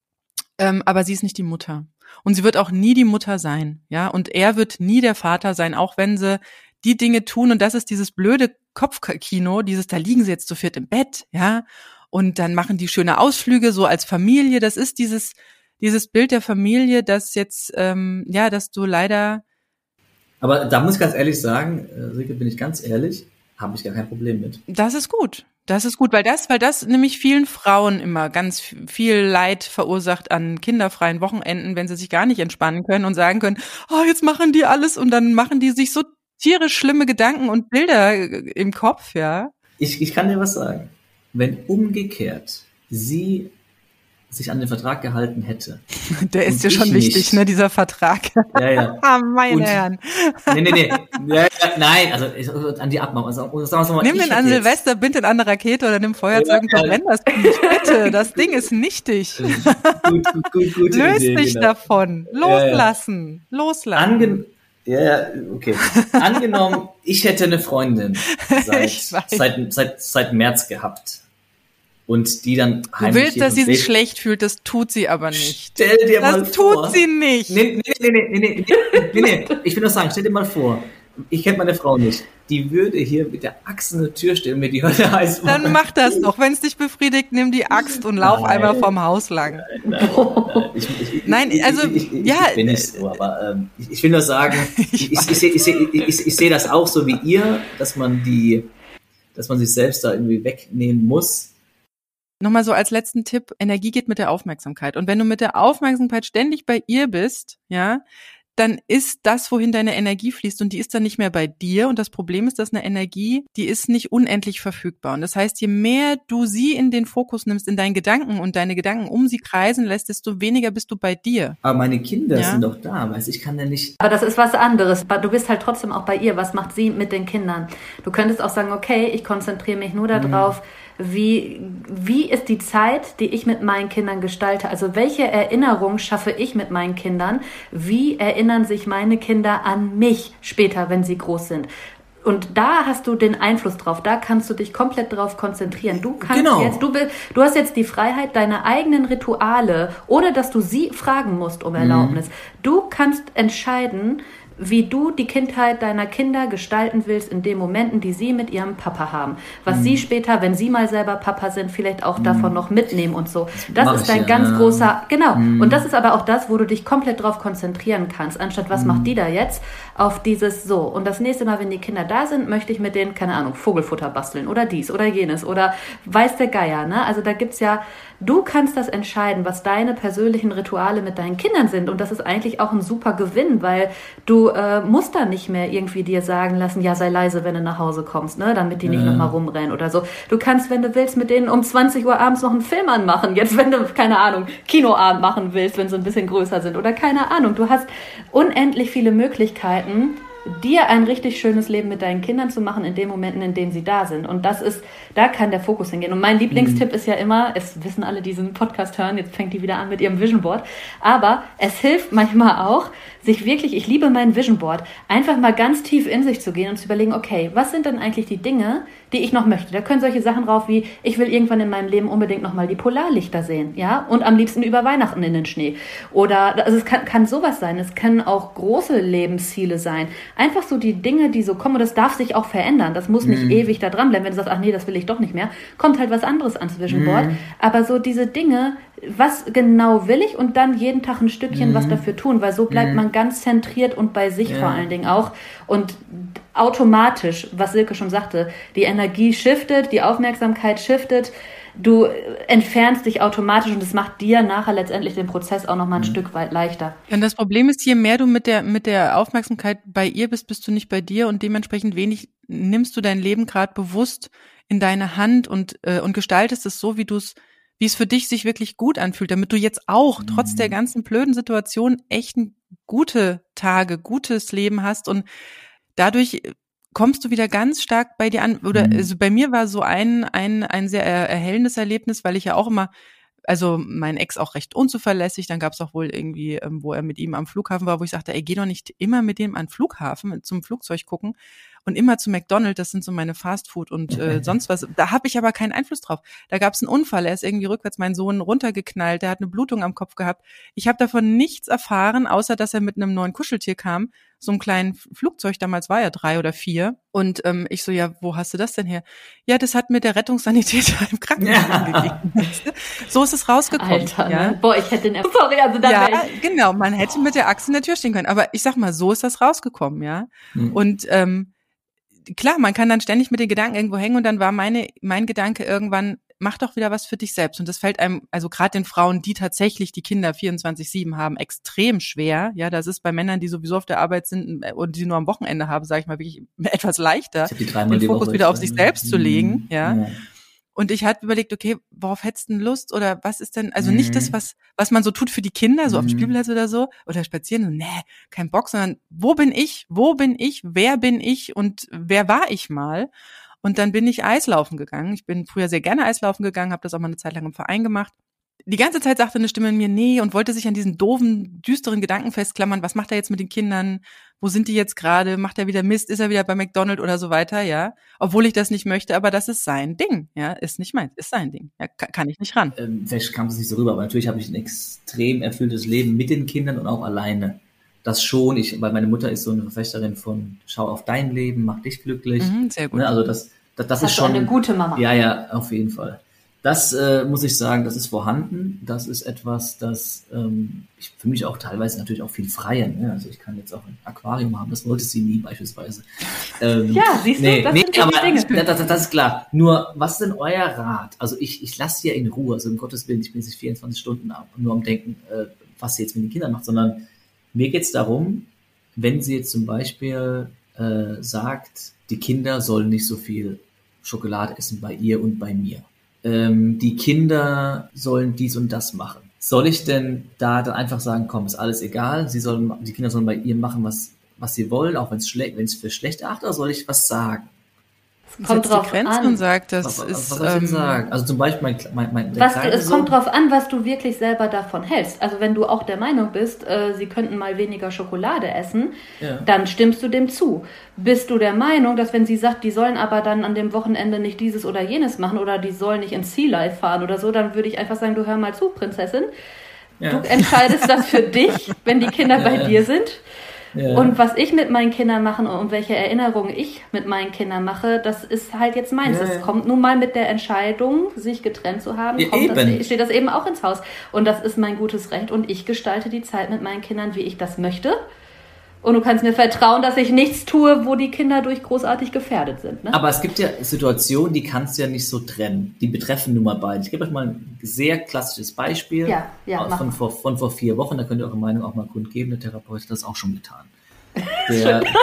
ähm, aber sie ist nicht die Mutter. Und sie wird auch nie die Mutter sein, ja. Und er wird nie der Vater sein, auch wenn sie die Dinge tun. Und das ist dieses blöde Kopfkino, dieses, da liegen sie jetzt zu viert im Bett, ja. Und dann machen die schöne Ausflüge so als Familie. Das ist dieses dieses Bild der Familie, das jetzt, ähm, ja, dass du leider... Aber da muss ich ganz ehrlich sagen, Silke, bin ich ganz ehrlich, habe ich gar kein Problem mit. Das ist gut. Das ist gut, weil das, weil das nämlich vielen Frauen immer ganz viel Leid verursacht an kinderfreien Wochenenden, wenn sie sich gar nicht entspannen können und sagen können, oh, jetzt machen die alles und dann machen die sich so tierisch schlimme Gedanken und Bilder im Kopf, ja. Ich, ich kann dir was sagen. Wenn umgekehrt sie sich an den Vertrag gehalten hätte. Der ist dir schon wichtig, nicht. Ne, dieser Vertrag. Ja, ja. Ah, meine und, Herren. Nee, nee, nee. Ja, ja, nein, also ich, an die Abmachung. Also, sagen wir mal, nimm den an Silvester, bind den an der Rakete oder nimm Feuerzeug und verbrenn das nicht. Bitte, das Ding ist nichtig. Gut, gut, gut, gut. Löst Idee, dich genau. davon. Loslassen. Ja, ja. Loslassen. Ange- ja, ja, okay. Angenommen, ich hätte eine Freundin seit, seit, seit, seit März gehabt. Und die dann heimlich. Du willst, dass sie sich schlecht fühlt, das tut sie aber nicht. Stell dir das mal vor. Das tut sie nicht. Nee, nee, nee, nee, nee, nee, nee, nee. Ich will nur sagen, stell dir mal vor, ich kenne meine Frau nicht. Die würde hier mit der Axt in der Tür stehen und mir die Hölle heiß machen. Dann mach das doch. Wenn es dich befriedigt, nimm die Axt und lauf nein. einmal vorm Haus lang. Nein, nein, ich, ich, nein also, ich, ich, ich, ja. Ich bin nicht so, aber ähm, ich, ich will nur sagen, ich, ich, ich, ich, ich, ich, ich, ich sehe das auch so wie ihr, dass man die, dass man sich selbst da irgendwie wegnehmen muss. Nochmal so als letzten Tipp, Energie geht mit der Aufmerksamkeit. Und wenn du mit der Aufmerksamkeit ständig bei ihr bist, ja, dann ist das, wohin deine Energie fließt und die ist dann nicht mehr bei dir. Und das Problem ist, dass eine Energie, die ist nicht unendlich verfügbar. Und das heißt, je mehr du sie in den Fokus nimmst, in deinen Gedanken und deine Gedanken um sie kreisen lässt, desto weniger bist du bei dir. Aber meine Kinder ja? sind doch da, weißt ich kann ja nicht... Aber das ist was anderes. Du bist halt trotzdem auch bei ihr. Was macht sie mit den Kindern? Du könntest auch sagen, okay, ich konzentriere mich nur darauf, hm. Wie, wie ist die Zeit, die ich mit meinen Kindern gestalte? Also welche Erinnerung schaffe ich mit meinen Kindern? Wie erinnern sich meine Kinder an mich später, wenn sie groß sind? Und da hast du den Einfluss drauf. Da kannst du dich komplett drauf konzentrieren. Du kannst genau. jetzt, du, du hast jetzt die Freiheit, deine eigenen Rituale, ohne dass du sie fragen musst um Erlaubnis. Mhm. Du kannst entscheiden, wie du die Kindheit deiner Kinder gestalten willst in den Momenten, die sie mit ihrem Papa haben. Was mhm. sie später, wenn sie mal selber Papa sind, vielleicht auch mhm. davon noch mitnehmen und so. Das Mach ist dein ja, ganz ja. großer, genau. Mhm. Und das ist aber auch das, wo du dich komplett drauf konzentrieren kannst, anstatt was mhm. macht die da jetzt, auf dieses so. Und das nächste Mal, wenn die Kinder da sind, möchte ich mit denen, keine Ahnung, Vogelfutter basteln oder dies oder jenes oder weiß der Geier, ne? Also da gibt's ja, du kannst das entscheiden, was deine persönlichen Rituale mit deinen Kindern sind. Und das ist eigentlich auch ein super Gewinn, weil du äh, musst dann nicht mehr irgendwie dir sagen lassen, ja, sei leise, wenn du nach Hause kommst, ne, damit die nicht ja. nochmal rumrennen oder so. Du kannst, wenn du willst, mit denen um zwanzig Uhr abends noch einen Film anmachen. Jetzt, wenn du, keine Ahnung, Kinoabend machen willst, wenn sie ein bisschen größer sind oder keine Ahnung. Du hast unendlich viele Möglichkeiten, dir ein richtig schönes Leben mit deinen Kindern zu machen in den Momenten, in denen sie da sind. Und das ist, da kann der Fokus hingehen. Und mein Lieblingstipp mhm. ist ja immer, es wissen alle, die diesen Podcast hören, jetzt fängt die wieder an mit ihrem Vision Board, aber es hilft manchmal auch, sich wirklich, ich liebe mein Vision Board, einfach mal ganz tief in sich zu gehen und zu überlegen, okay, was sind denn eigentlich die Dinge, die ich noch möchte? Da können solche Sachen drauf wie, ich will irgendwann in meinem Leben unbedingt nochmal die Polarlichter sehen, ja, und am liebsten über Weihnachten in den Schnee. Oder, also es kann, kann sowas sein, es können auch große Lebensziele sein. Einfach so die Dinge, die so kommen, und das darf sich auch verändern, das muss nicht mhm. ewig da dran bleiben, wenn du sagst, ach nee, das will ich doch nicht mehr, kommt halt was anderes ans Vision Board, mhm. aber so diese Dinge, was genau will ich und dann jeden Tag ein Stückchen mhm. was dafür tun, weil so bleibt mhm. man ganz zentriert und bei sich ja. vor allen Dingen auch und automatisch, was Silke schon sagte, die Energie shiftet, die Aufmerksamkeit shiftet, du entfernst dich automatisch und es macht dir nachher letztendlich den Prozess auch nochmal ein mhm. Stück weit leichter. Und das Problem ist, je mehr du mit der mit der Aufmerksamkeit bei ihr bist, bist du nicht bei dir und dementsprechend wenig nimmst du dein Leben gerade bewusst in deine Hand und äh, und gestaltest es so, wie du es wie es für dich sich wirklich gut anfühlt, damit du jetzt auch mhm. trotz der ganzen blöden Situation echt gute Tage, gutes Leben hast und dadurch kommst du wieder ganz stark bei dir an. Oder mhm. also bei mir war so ein ein ein sehr erhellendes Erlebnis, weil ich ja auch immer, also mein Ex auch recht unzuverlässig, dann gab es auch wohl irgendwie, wo er mit ihm am Flughafen war, wo ich sagte, ey, geh doch nicht immer mit dem an den Flughafen, zum Flugzeug gucken und immer zu McDonald's, das sind so meine Fastfood und äh, sonst was. Da habe ich aber keinen Einfluss drauf. Da gab es einen Unfall, er ist irgendwie rückwärts meinen Sohn runtergeknallt, der hat eine Blutung am Kopf gehabt. Ich habe davon nichts erfahren, außer dass er mit einem neuen Kuscheltier kam, so einem kleinen Flugzeug, damals war er drei oder vier. Und ähm, ich so, ja, wo hast du das denn her? Ja, das hat mir der Rettungssanitäter im Krankenhaus ja. gegeben. So ist es rausgekommen. Alter, ja. ne? Boah, ich hätte den, sorry, also dann ja, ich... genau, man hätte mit der Axt in der Tür stehen können. Aber ich sag mal, so ist das rausgekommen, ja. Mhm. Und ähm, klar, man kann dann ständig mit den Gedanken irgendwo hängen und dann war meine mein Gedanke irgendwann, mach doch wieder was für dich selbst. Und das fällt einem, also gerade den Frauen, die tatsächlich die Kinder vierundzwanzig sieben haben, extrem schwer. Ja, das ist bei Männern, die sowieso auf der Arbeit sind und die nur am Wochenende haben, sage ich mal, wirklich etwas leichter, den Fokus wieder auf sich selbst zu legen. Ja. ja. Und ich hatte überlegt, okay, worauf hättest du denn Lust oder was ist denn, also mhm. nicht das, was was man so tut für die Kinder, so mhm. auf dem Spielplatz oder so, oder spazieren, und nee, kein Bock, sondern wo bin ich, wo bin ich, wer bin ich und wer war ich mal? Und dann bin ich Eislaufen gegangen. Ich bin früher sehr gerne Eislaufen gegangen, habe das auch mal eine Zeit lang im Verein gemacht. Die ganze Zeit sagte eine Stimme in mir, nee, und wollte sich an diesen doofen, düsteren Gedanken festklammern, was macht er jetzt mit den Kindern, wo sind die jetzt gerade, macht er wieder Mist, ist er wieder bei McDonald's oder so weiter, ja, obwohl ich das nicht möchte, aber das ist sein Ding, ja, ist nicht meins, ist sein Ding, ja, kann, kann ich nicht ran. Ähm, vielleicht kam es nicht so rüber, aber natürlich habe ich ein extrem erfülltes Leben mit den Kindern und auch alleine. Das schon, ich, weil meine Mutter ist so eine Verfechterin von, schau auf dein Leben, mach dich glücklich. Mhm, sehr gut. Ne, also das, das, das ist schon eine gute Mama. Ja, ja, auf jeden Fall. Das äh, muss ich sagen, das ist vorhanden. Das ist etwas, das ähm, ich für mich auch teilweise natürlich auch viel freien. Ne? Also ich kann jetzt auch ein Aquarium haben, das wollte sie nie beispielsweise. Ähm, ja, siehst du, nee, das nee, sind aber Dinge. Das, das, das ist klar. Nur, was ist denn euer Rat? Also ich, ich lasse sie ja in Ruhe. Also um Gottes Willen, ich bin jetzt nicht vierundzwanzig Stunden ab, nur am Denken, äh, was sie jetzt mit den Kindern macht, sondern mir geht's darum, wenn sie jetzt zum Beispiel äh, sagt, die Kinder sollen nicht so viel Schokolade essen bei ihr und bei mir. Ähm, die Kinder sollen dies und das machen. Soll ich denn da dann einfach sagen, komm, ist alles egal, sie sollen, die Kinder sollen bei ihr machen, was, was sie wollen, auch wenn es schlecht, wenn es für schlecht erachtet, oder soll ich was sagen? Kommt drauf Grenzen an. Und sagt, das was, was, ist, was soll ich denn ähm, sagen? Also zum Beispiel mein, mein, mein was du, es Sohn, kommt drauf an, was du wirklich selber davon hältst. Also wenn du auch der Meinung bist, äh, sie könnten mal weniger Schokolade essen, ja. dann stimmst du dem zu. Bist du der Meinung, dass wenn sie sagt, die sollen aber dann an dem Wochenende nicht dieses oder jenes machen oder die sollen nicht ins Sea Life fahren oder so, dann würde ich einfach sagen, du hör mal zu, Prinzessin. Ja. Du entscheidest das für dich, wenn die Kinder ja, bei ja. dir sind. Ja. Und was ich mit meinen Kindern mache und welche Erinnerungen ich mit meinen Kindern mache, das ist halt jetzt meins. Es ja, ja. kommt nun mal mit der Entscheidung, sich getrennt zu haben, ja, kommt das, steht das eben auch ins Haus. Und das ist mein gutes Recht und ich gestalte die Zeit mit meinen Kindern, wie ich das möchte. Und du kannst mir vertrauen, dass ich nichts tue, wo die Kinder durch großartig gefährdet sind. Ne? Aber es gibt ja Situationen, die kannst du ja nicht so trennen. Die betreffen nun mal beide. Ich gebe euch mal ein sehr klassisches Beispiel ja, ja, von, vor, von vor vier Wochen. Da könnt ihr eure Meinung auch mal kundgeben. Der Therapeut hat das auch schon getan. Der, der,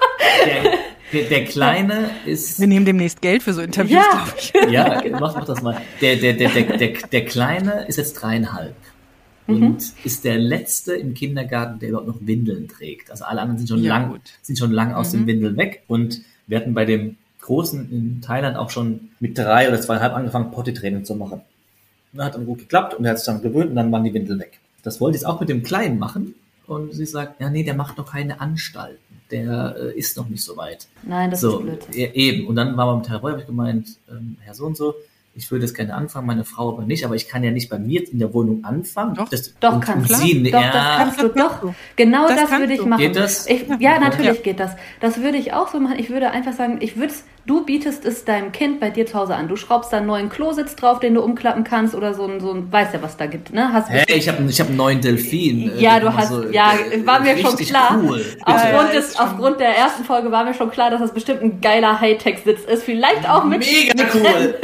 der, der Kleine ist... Wir nehmen demnächst Geld für so Interviews, ja. glaube ich. Ja, mach, mach das mal. Der, der, der, der, der, der Kleine ist jetzt dreieinhalb. und Mhm. ist der Letzte im Kindergarten, der überhaupt noch Windeln trägt. Also alle anderen sind schon Ja, lang, gut. sind schon lang aus Mhm. den Windeln weg. Und wir hatten bei dem Großen in Thailand auch schon mit drei oder zweieinhalb angefangen, Potty-Training zu machen. Und das hat dann gut geklappt und er hat sich dann gewöhnt und dann waren die Windeln weg. Das wollte ich jetzt auch mit dem Kleinen machen. Und sie sagt, ja, nee, der macht noch keine Anstalten. Der äh, ist noch nicht so weit. Nein, das so, ist blöd. e- eben. Und dann war man mit Therapeut, habe ich gemeint, ähm, Herr so und so, ich würde jetzt gerne anfangen, meine Frau aber nicht, aber ich kann ja nicht bei mir in der Wohnung anfangen. Doch, das, Doch, und, kannst und du. sie, Doch, ja, das kannst du. Doch, du. genau Das das, kannst würde ich du. machen. Geht das? Ich, ja, natürlich Ja. geht das. Das würde ich auch so machen. Ich würde einfach sagen, ich würde du bietest es deinem Kind bei dir zu Hause an. Du schraubst da einen neuen Klositz drauf, den du umklappen kannst oder so ein, so ein, weißt ja, was da gibt, ne? Hast Hey, ich habe ich hab einen neuen Delfin. äh, Ja, den du haben wir hast, so, ja, äh, war mir schon richtig klar. Cool. Aufgrund, Ja, des, ist schon- aufgrund der ersten Folge war mir schon klar, dass das bestimmt ein geiler Hightech-Sitz ist. Vielleicht auch mit, Mega mit cool.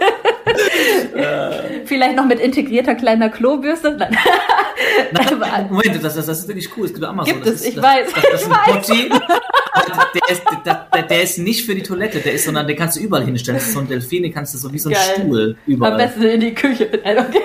vielleicht noch mit integrierter kleiner Klobürste. Nein. Nein, Moment, das, das, das ist wirklich cool. Es gibt bei Amazon. Gibt das es, ist, ich das, weiß. Das, das ist Ich ein weiß. Potty. Der ist, der, der ist nicht für die Toilette, der ist, sondern den kannst du überall hinstellen. Das ist so ein Delfin, den kannst du so wie so ein Geil. Stuhl Am überall. besten in die Küche. Nein, okay.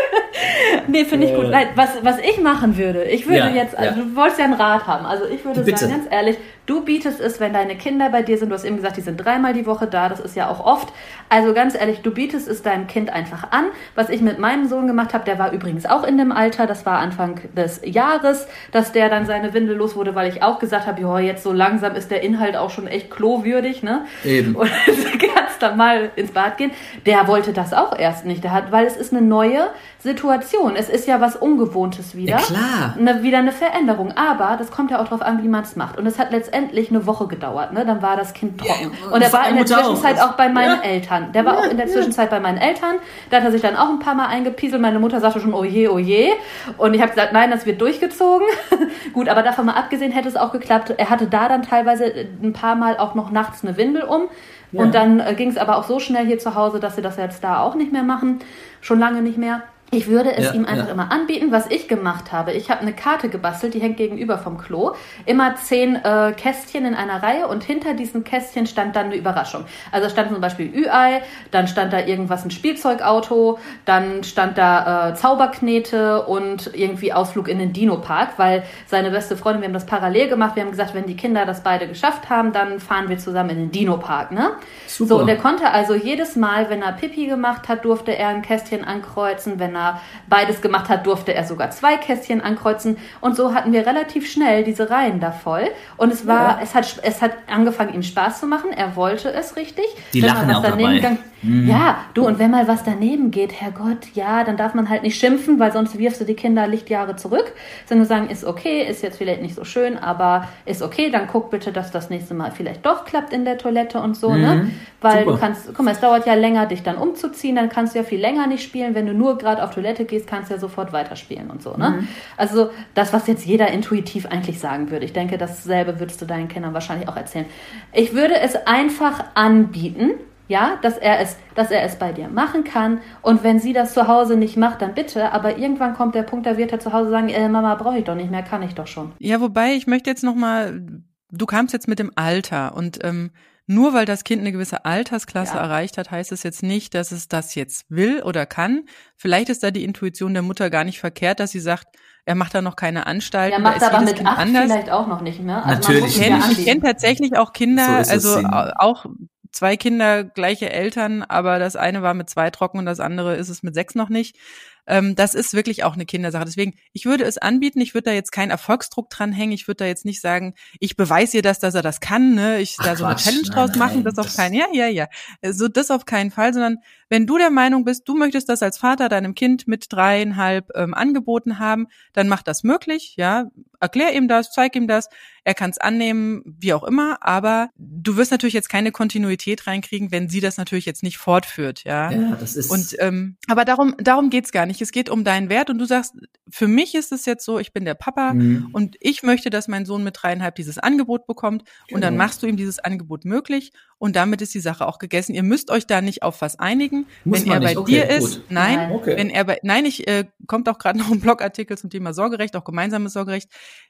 Nee, finde ich gut. Äh. Nein, was, was ich machen würde, ich würde Ja, jetzt, also ja. du wolltest ja einen Rat haben, also ich würde Bitte. sagen, ganz ehrlich, du bietest es, wenn deine Kinder bei dir sind, du hast eben gesagt, die sind dreimal die Woche da, das ist ja auch oft, also ganz ehrlich, du bietest es deinem Kind einfach an, was ich mit meinem Sohn gemacht habe, der war übrigens auch in dem Alter, das war Anfang des Jahres, dass der dann seine Windel los wurde, weil ich auch gesagt habe, ja, jetzt so langsam ist der Inhalt auch schon echt klowürdig, ne? Eben. Und du kannst dann mal ins Bad gehen. Der wollte das auch erst nicht. Der hat, weil es ist eine neue Situation. Es ist ja was Ungewohntes wieder. Ja, klar. Eine, wieder eine Veränderung. Aber das kommt ja auch darauf an, wie man es macht. Und es hat letztendlich eine Woche gedauert. Ne? Dann war das Kind trocken. Ja, und er das war war in der Mutter auch. Zwischenzeit auch bei meinen Ja. Eltern. Der war auch in der Zwischenzeit bei meinen Eltern. Da hat er sich dann auch ein paar Mal eingepieselt. Meine Mutter sagte schon, oh je, oh je. Und ich habe gesagt, nein, das wird durchgezogen. Gut, aber davon mal abgesehen hätte es auch geklappt. Er hatte da dann teilweise ein paar Mal auch noch nachts eine Windel um. Ja. Und dann äh, ging es aber auch so schnell hier zu Hause, dass sie das jetzt da auch nicht mehr machen. Schon lange nicht mehr. Ich würde es Ja, ihm einfach ja. immer anbieten, was ich gemacht habe. Ich habe eine Karte gebastelt, die hängt gegenüber vom Klo. Immer zehn äh, Kästchen in einer Reihe und hinter diesen Kästchen stand dann eine Überraschung. Also stand zum Beispiel Ü-Ei, dann stand da irgendwas, ein Spielzeugauto, dann stand da äh, Zauberknete und irgendwie Ausflug in den Dino-Park, weil seine beste Freundin, wir haben das parallel gemacht, wir haben gesagt, wenn die Kinder das beide geschafft haben, dann fahren wir zusammen in den Dino-Park, ne? Super. So, und er konnte also jedes Mal, wenn er Pipi gemacht hat, durfte er ein Kästchen ankreuzen. Wenn er beides gemacht hat, durfte er sogar zwei Kästchen ankreuzen. Und so hatten wir relativ schnell diese Reihen da voll. Und es war, Ja. es hat, es hat angefangen, ihm Spaß zu machen. Er wollte es richtig. Die Wenn lachen mal auch was daneben dabei. gang- Ja, du, und wenn mal was daneben geht, Herrgott, ja, dann darf man halt nicht schimpfen, weil sonst wirfst du die Kinder Lichtjahre zurück. Sondern sagen, ist okay, ist jetzt vielleicht nicht so schön, aber ist okay, dann guck bitte, dass das nächste Mal vielleicht doch klappt in der Toilette und so, ne? Weil Super. du kannst, guck mal, es dauert ja länger, dich dann umzuziehen, dann kannst du ja viel länger nicht spielen. Wenn du nur gerade auf Toilette gehst, kannst du ja sofort weiterspielen und so, ne? Also das, was jetzt jeder intuitiv eigentlich sagen würde. Ich denke, dasselbe würdest du deinen Kindern wahrscheinlich auch erzählen. Ich würde es einfach anbieten, ja, dass er es, dass er es bei dir machen kann. Und wenn sie das zu Hause nicht macht, dann bitte. Aber irgendwann kommt der Punkt, da wird er zu Hause sagen, äh, Mama, brauche ich doch nicht mehr, kann ich doch schon. Ja, wobei, ich möchte jetzt noch mal, du kamst jetzt mit dem Alter und ähm, nur weil das Kind eine gewisse Altersklasse Ja. erreicht hat, heißt es jetzt nicht, dass es das jetzt will oder kann. Vielleicht ist da die Intuition der Mutter gar nicht verkehrt, dass sie sagt, er macht da noch keine Anstalten. Er da macht ist aber jedes mit Kind acht anders. vielleicht auch noch nicht mehr. Also Natürlich man muss Ich es ja kenne ich anbieten. kenn tatsächlich auch Kinder, So ist es, also Sinn. au- auch zwei Kinder, gleiche Eltern, aber das eine war mit zwei trocken und das andere ist es mit sechs noch nicht. Ähm, das ist wirklich auch eine Kindersache. Deswegen, ich würde es anbieten, ich würde da jetzt keinen Erfolgsdruck dran hängen, ich würde da jetzt nicht sagen, ich beweise ihr das, dass er das kann, ne, ich Ach, da so eine Quatsch. Challenge Nein, draus nein, machen, das auf das- keinen, ja, ja, ja, so das auf keinen Fall, sondern wenn du der Meinung bist, du möchtest das als Vater deinem Kind mit dreieinhalb ähm, angeboten haben, dann mach das möglich, ja, erklär ihm das, zeig ihm das, er kann es annehmen, wie auch immer, aber du wirst natürlich jetzt keine Kontinuität reinkriegen, wenn sie das natürlich jetzt nicht fortführt, ja. Ja, das ist. Und ähm, aber darum darum geht's gar nicht. Es geht um deinen Wert und du sagst, für mich ist es jetzt so, ich bin der Papa Mhm. und ich möchte, dass mein Sohn mit dreieinhalb dieses Angebot bekommt und dann Genau. machst du ihm dieses Angebot möglich und damit ist die Sache auch gegessen. Ihr müsst euch da nicht auf was einigen. Muss wenn man er bei nicht. Okay, dir gut. ist, nein, Nein. Okay. wenn er bei nein, ich äh, kommt auch gerade noch ein Blogartikel zum Thema Sorgerecht, auch gemeinsames Sorgerecht.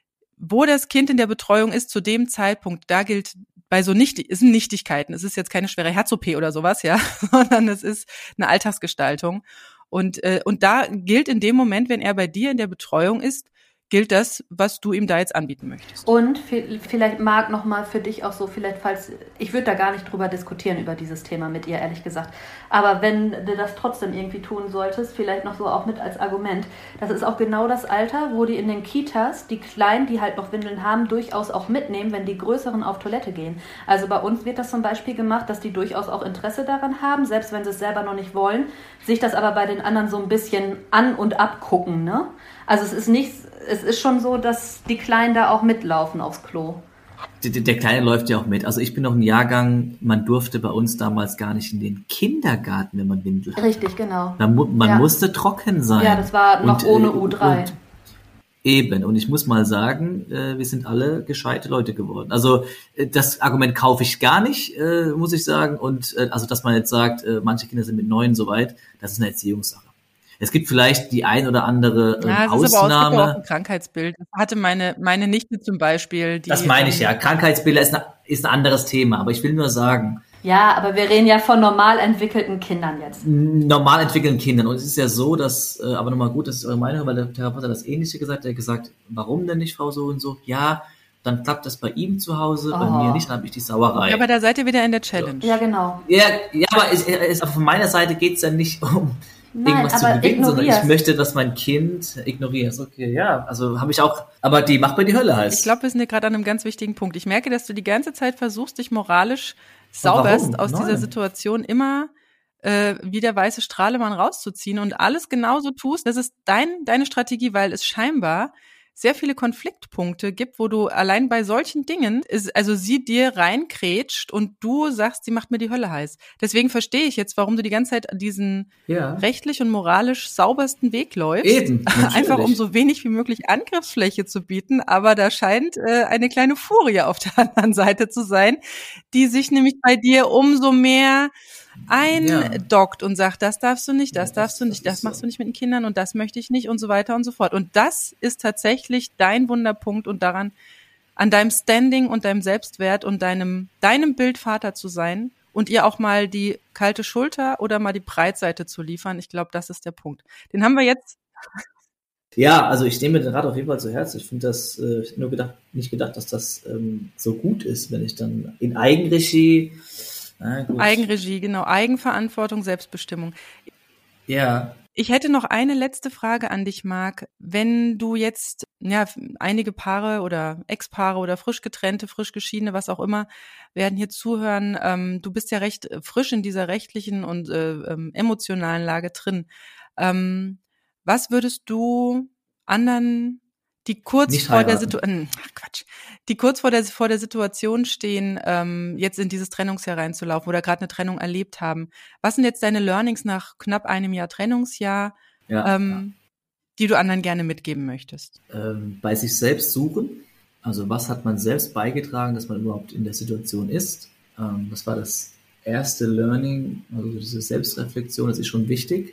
Wo das Kind in der Betreuung ist, zu dem Zeitpunkt, da gilt bei so nicht, es sind Nichtigkeiten, es ist jetzt keine schwere Herz-O P oder sowas, ja, sondern es ist eine Alltagsgestaltung. Und, äh, und da gilt in dem Moment, wenn er bei dir in der Betreuung ist, gilt das, was du ihm da jetzt anbieten möchtest. Und vielleicht Marc nochmal für dich auch so, vielleicht falls, ich würde da gar nicht drüber diskutieren, über dieses Thema mit ihr, ehrlich gesagt. Aber wenn du das trotzdem irgendwie tun solltest, vielleicht noch so auch mit als Argument, das ist auch genau das Alter, wo die in den Kitas, die Kleinen, die halt noch Windeln haben, durchaus auch mitnehmen, wenn die Größeren auf Toilette gehen. Also bei uns wird das zum Beispiel gemacht, dass die durchaus auch Interesse daran haben, selbst wenn sie es selber noch nicht wollen, sich das aber bei den anderen so ein bisschen an- und abgucken, ne? Also es ist nicht, es ist schon so, dass die Kleinen da auch mitlaufen aufs Klo. Der, der Kleine läuft ja auch mit. Also ich bin noch ein Jahrgang, man durfte bei uns damals gar nicht in den Kindergarten, wenn man Windel hat. Richtig, genau. Man, man ja. musste trocken sein. Ja, das war noch und, ohne äh, U drei. Und eben. Und ich muss mal sagen, äh, wir sind alle gescheite Leute geworden. Also äh, das Argument kaufe ich gar nicht, äh, muss ich sagen. Und äh, also dass man jetzt sagt, äh, manche Kinder sind mit neun soweit, das ist eine Erziehungssache. Es gibt vielleicht die ein oder andere ähm, ja, es Ausnahme. Ist aber auch, es gibt auch ein Krankheitsbild. Das hatte meine meine Nichte zum Beispiel. Die, das meine ich ja. Krankheitsbilder ist, eine, ist ein anderes Thema. Aber ich will nur sagen. Ja, aber wir reden ja von normal entwickelten Kindern jetzt. Normal entwickelten Kindern. Und es ist ja so, dass, äh, aber nochmal gut, das ist eure Meinung, weil der Therapeut hat das Ähnliche gesagt. Er hat gesagt, warum denn nicht, Frau so und so? Ja, dann klappt das bei ihm zu Hause, oh. bei mir nicht, dann habe ich die Sauerei. Ja, aber da seid ihr wieder in der Challenge. Ja, genau. Ja, ja aber es, es, von meiner Seite geht es ja nicht um Nein, irgendwas zu gewinnen, sondern ich möchte, dass mein Kind ignoriert. Okay, ja, also habe ich auch, aber die macht bei die Hölle heiß. Ich glaube, wir sind hier gerade an einem ganz wichtigen Punkt. Ich merke, dass du die ganze Zeit versuchst, dich moralisch sauberst aus Nein. dieser Situation immer äh, wie der weiße Strahlemann rauszuziehen und alles genauso tust. Das ist dein, deine Strategie, weil es scheinbar sehr viele Konfliktpunkte gibt, wo du allein bei solchen Dingen, ist, also sie dir reinkrätscht und du sagst, sie macht mir die Hölle heiß. Deswegen verstehe ich jetzt, warum du die ganze Zeit diesen ja. rechtlich und moralisch saubersten Weg läufst. Eben, einfach um so wenig wie möglich Angriffsfläche zu bieten. Aber da scheint äh, eine kleine Furie auf der anderen Seite zu sein, die sich nämlich bei dir umso mehr eindockt ja. und sagt, das darfst du nicht, das ja, darfst das, du nicht, das, das machst so. du nicht mit den Kindern und das möchte ich nicht und so weiter und so fort. Und das ist tatsächlich dein Wunderpunkt und daran, an deinem Standing und deinem Selbstwert und deinem, deinem Bild Vater zu sein und ihr auch mal die kalte Schulter oder mal die Breitseite zu liefern. Ich glaube, das ist der Punkt. Den haben wir jetzt. Ja, also ich nehme den Rat auf jeden Fall zu Herzen. Ich finde das, äh, ich habe nur gedacht, nicht gedacht, dass das ähm, so gut ist, wenn ich dann in Eigenregie Eigenregie, genau. Eigenverantwortung, Selbstbestimmung. Ja. Ich hätte noch eine letzte Frage an dich, Marc. Wenn du jetzt, ja, einige Paare oder Ex-Paare oder frisch getrennte, frisch geschiedene, was auch immer, werden hier zuhören. Ähm, du bist ja recht frisch in dieser rechtlichen und äh, ähm, emotionalen Lage drin. Ähm, was würdest du anderen, die kurz Nicht vor heiraten. der Situation, ach Quatsch, die kurz vor der vor der Situation stehen, ähm, jetzt in dieses Trennungsjahr reinzulaufen oder gerade eine Trennung erlebt haben. Was sind jetzt deine Learnings nach knapp einem Jahr Trennungsjahr, ja, ähm, ja. die du anderen gerne mitgeben möchtest? Ähm, bei sich selbst suchen. Also was hat man selbst beigetragen, dass man überhaupt in der Situation ist? Ähm, das war das erste Learning, also diese Selbstreflexion, das ist schon wichtig.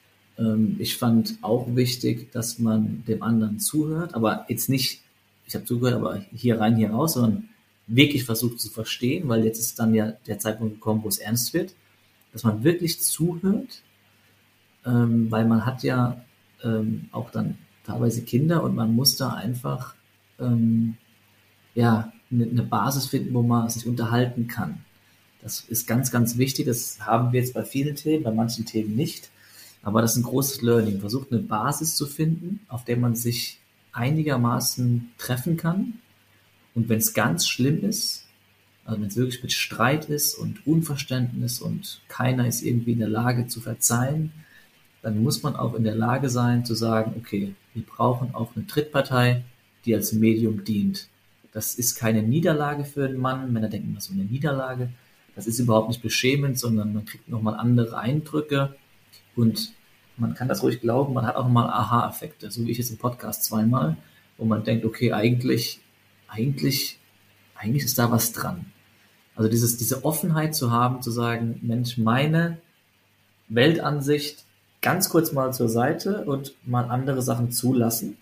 Ich fand auch wichtig, dass man dem anderen zuhört, aber jetzt nicht, ich habe zugehört, aber hier rein, hier raus, sondern wirklich versucht zu verstehen, weil jetzt ist dann ja der Zeitpunkt gekommen, wo es ernst wird, dass man wirklich zuhört, ähm, weil man hat ja ähm, auch dann teilweise Kinder und man muss da einfach ähm, ja eine, eine Basis finden, wo man sich unterhalten kann. Das ist ganz, ganz wichtig, das haben wir jetzt bei vielen Themen, bei manchen Themen nicht. Aber das ist ein großes Learning. Versucht eine Basis zu finden, auf der man sich einigermaßen treffen kann. Und wenn es ganz schlimm ist, also wenn es wirklich mit Streit ist und Unverständnis und keiner ist irgendwie in der Lage zu verzeihen, dann muss man auch in der Lage sein zu sagen, okay, wir brauchen auch eine Drittpartei, die als Medium dient. Das ist keine Niederlage für einen Mann, Männer denken immer so eine Niederlage. Das ist überhaupt nicht beschämend, sondern man kriegt nochmal andere Eindrücke. Und man kann das ruhig glauben, man hat auch mal Aha-Effekte, so wie ich jetzt im Podcast zweimal, wo man denkt, okay, eigentlich, eigentlich, eigentlich ist da was dran. Also dieses, diese Offenheit zu haben, zu sagen, Mensch, meine Weltansicht ganz kurz mal zur Seite und mal andere Sachen zulassen.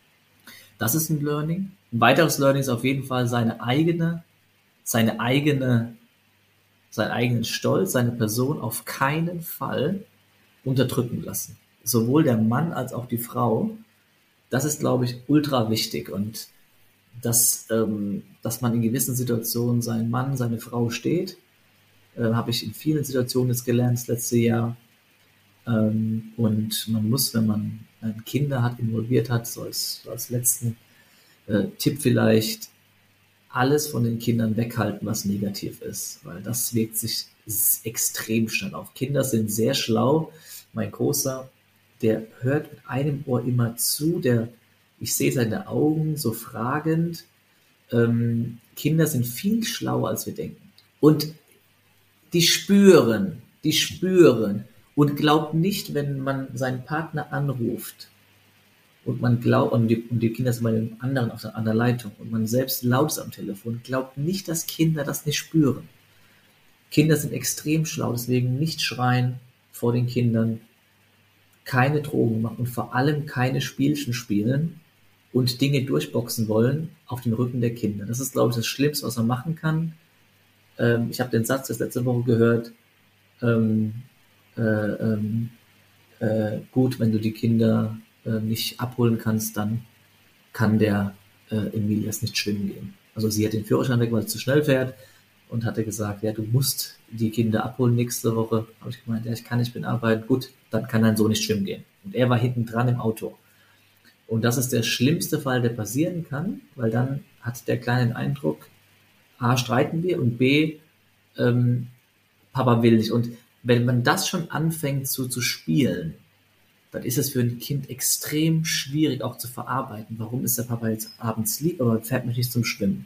Das ist ein Learning. Ein weiteres Learning ist auf jeden Fall seine eigene, seine eigene, seinen eigenen Stolz, seine Person auf keinen Fall unterdrücken lassen. Sowohl der Mann als auch die Frau. Das ist, glaube ich, ultra wichtig. Und dass, ähm, dass man in gewissen Situationen seinen Mann, seine Frau steht, äh, habe ich in vielen Situationen jetzt gelernt, das letzte Jahr. Ähm, und man muss, wenn man äh, Kinder hat, involviert hat, so als, so als letzten äh, Tipp vielleicht, alles von den Kindern weghalten, was negativ ist. Weil das wirkt sich extrem schnell auf. Kinder sind sehr schlau. Mein Großer, der hört mit einem Ohr immer zu, der Ich sehe seine Augen so fragend. Ähm, Kinder sind viel schlauer, als wir denken. Und die spüren, die spüren. Und glaubt nicht, wenn man seinen Partner anruft und man glaubt, und die, und die Kinder sind bei dem anderen auf der, an der Leitung und man selbst laut ist am Telefon, glaubt nicht, dass Kinder das nicht spüren. Kinder sind extrem schlau, deswegen nicht schreien vor den Kindern, keine Drogen machen und vor allem keine Spielchen spielen und Dinge durchboxen wollen auf den Rücken der Kinder. Das ist, glaube ich, das Schlimmste, was man machen kann. Ähm, ich habe den Satz das letzte Woche gehört, ähm, äh, ähm, äh, gut, wenn du die Kinder äh, nicht abholen kannst, dann kann der äh, Emilias nicht schwimmen gehen. Also sie hat den Führerschein weg, weil sie zu schnell fährt und hatte gesagt, ja, du musst die Kinder abholen nächste Woche. Habe ich gemeint, ja, ich kann nicht, bin arbeiten. Gut, dann kann dein Sohn nicht schwimmen gehen. Und er war hinten dran im Auto. Und das ist der schlimmste Fall, der passieren kann, weil dann hat der Kleine den Eindruck, A, streiten wir und B, ähm, Papa will nicht. Und wenn man das schon anfängt so zu spielen, dann ist es für ein Kind extrem schwierig auch zu verarbeiten. Warum ist der Papa jetzt abends lieb, aber fährt mich nicht zum Schwimmen?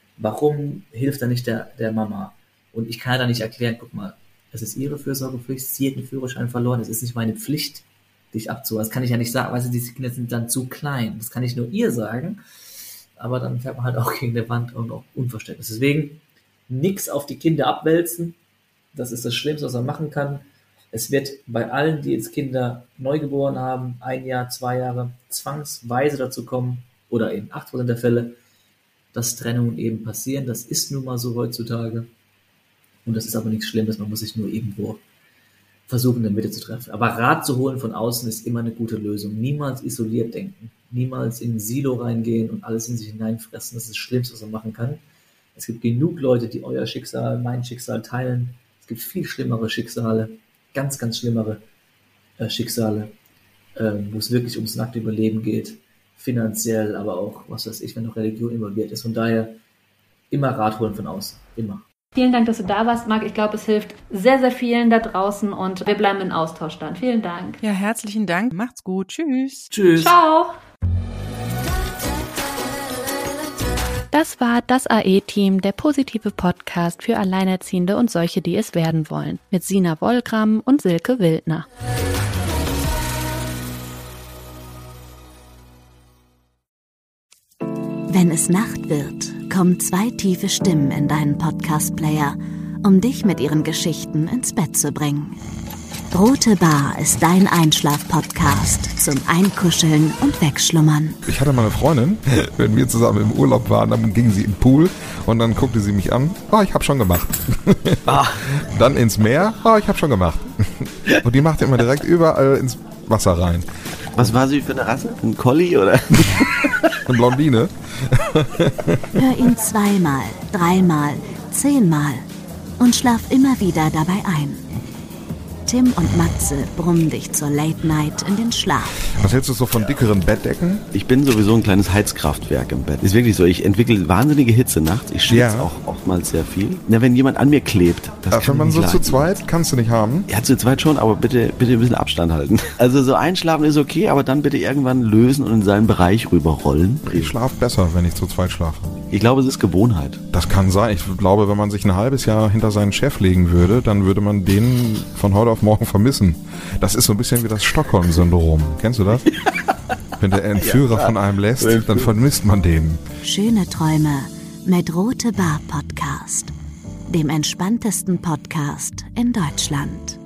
Warum hilft er nicht der, der Mama? Und ich kann da nicht erklären, guck mal, es ist ihre Fürsorgepflicht, sie hat den Führerschein verloren, es ist nicht meine Pflicht, dich abzuholen. Das kann ich ja nicht sagen, weil diese Kinder sind dann zu klein. Das kann ich nur ihr sagen, aber dann fährt man halt auch gegen die Wand und auch Unverständnis. Deswegen nichts auf die Kinder abwälzen, das ist das Schlimmste, was man machen kann. Es wird bei allen, die jetzt Kinder neugeboren haben, ein Jahr, zwei Jahre, zwangsweise dazu kommen, oder in achtzig Prozent der Fälle, dass Trennungen eben passieren. Das ist nun mal so heutzutage. Und das ist aber nichts Schlimmes, man muss sich nur irgendwo versuchen, in der Mitte zu treffen. Aber Rat zu holen von außen ist immer eine gute Lösung. Niemals isoliert denken, niemals in ein Silo reingehen und alles in sich hineinfressen. Das ist das Schlimmste, was man machen kann. Es gibt genug Leute, die euer Schicksal, mein Schicksal teilen. Es gibt viel schlimmere Schicksale, ganz, ganz schlimmere äh, Schicksale, äh, wo es wirklich ums nackte Überleben geht, finanziell, aber auch, was weiß ich, wenn noch Religion involviert ist. Von daher immer Rat holen von außen, immer. Vielen Dank, dass du da warst, Marc. Ich glaube, es hilft sehr, sehr vielen da draußen und wir bleiben in Austausch dann. Vielen Dank. Ja, herzlichen Dank. Macht's gut. Tschüss. Tschüss. Ciao. Das war das A E-Team, der positive Podcast für Alleinerziehende und solche, die es werden wollen, mit Sina Wollgramm und Silke Wildner. Wenn es Nacht wird, kommen zwei tiefe Stimmen in deinen Podcast-Player, um dich mit ihren Geschichten ins Bett zu bringen. Rote Bar ist dein Einschlaf-Podcast zum Einkuscheln und Wegschlummern. Ich hatte mal eine Freundin, wenn wir zusammen im Urlaub waren, dann ging sie in den Pool und dann guckte sie mich an, oh, ich hab schon gemacht. Ah. Dann ins Meer, oh, ich hab schon gemacht. Und die macht immer direkt überall ins Wasser rein. Was war sie für eine Rasse? Ein Collie oder? Eine Blondine. Hör ihn zweimal, dreimal, zehnmal und schlaf immer wieder dabei ein. Tim und Matze brummen dich zur Late Night in den Schlaf. Was hältst du so von dickeren Bettdecken? Ich bin sowieso ein kleines Heizkraftwerk im Bett. Ist wirklich so, ich entwickle wahnsinnige Hitze nachts. Ich schwitze Ja. auch oftmals sehr viel. Na, wenn jemand an mir klebt, das Ach, kann wenn man ich so nicht zu leiden. zweit, kannst du nicht haben. Ja, zu zweit schon, aber bitte, bitte ein bisschen Abstand halten. Also so einschlafen ist okay, aber dann bitte irgendwann lösen und in seinen Bereich rüberrollen. Ich schlafe besser, wenn ich zu zweit schlafe. Ich glaube, es ist Gewohnheit. Das kann sein. Ich glaube, wenn man sich ein halbes Jahr hinter seinen Chef legen würde, dann würde man den von heute auf morgen vermissen. Das ist so ein bisschen wie das Stockholm-Syndrom. Kennst du das? Wenn der Entführer ja, von einem lässt, dann vermisst man den. Schöne Träume mit Rote Bar Podcast, dem entspanntesten Podcast in Deutschland.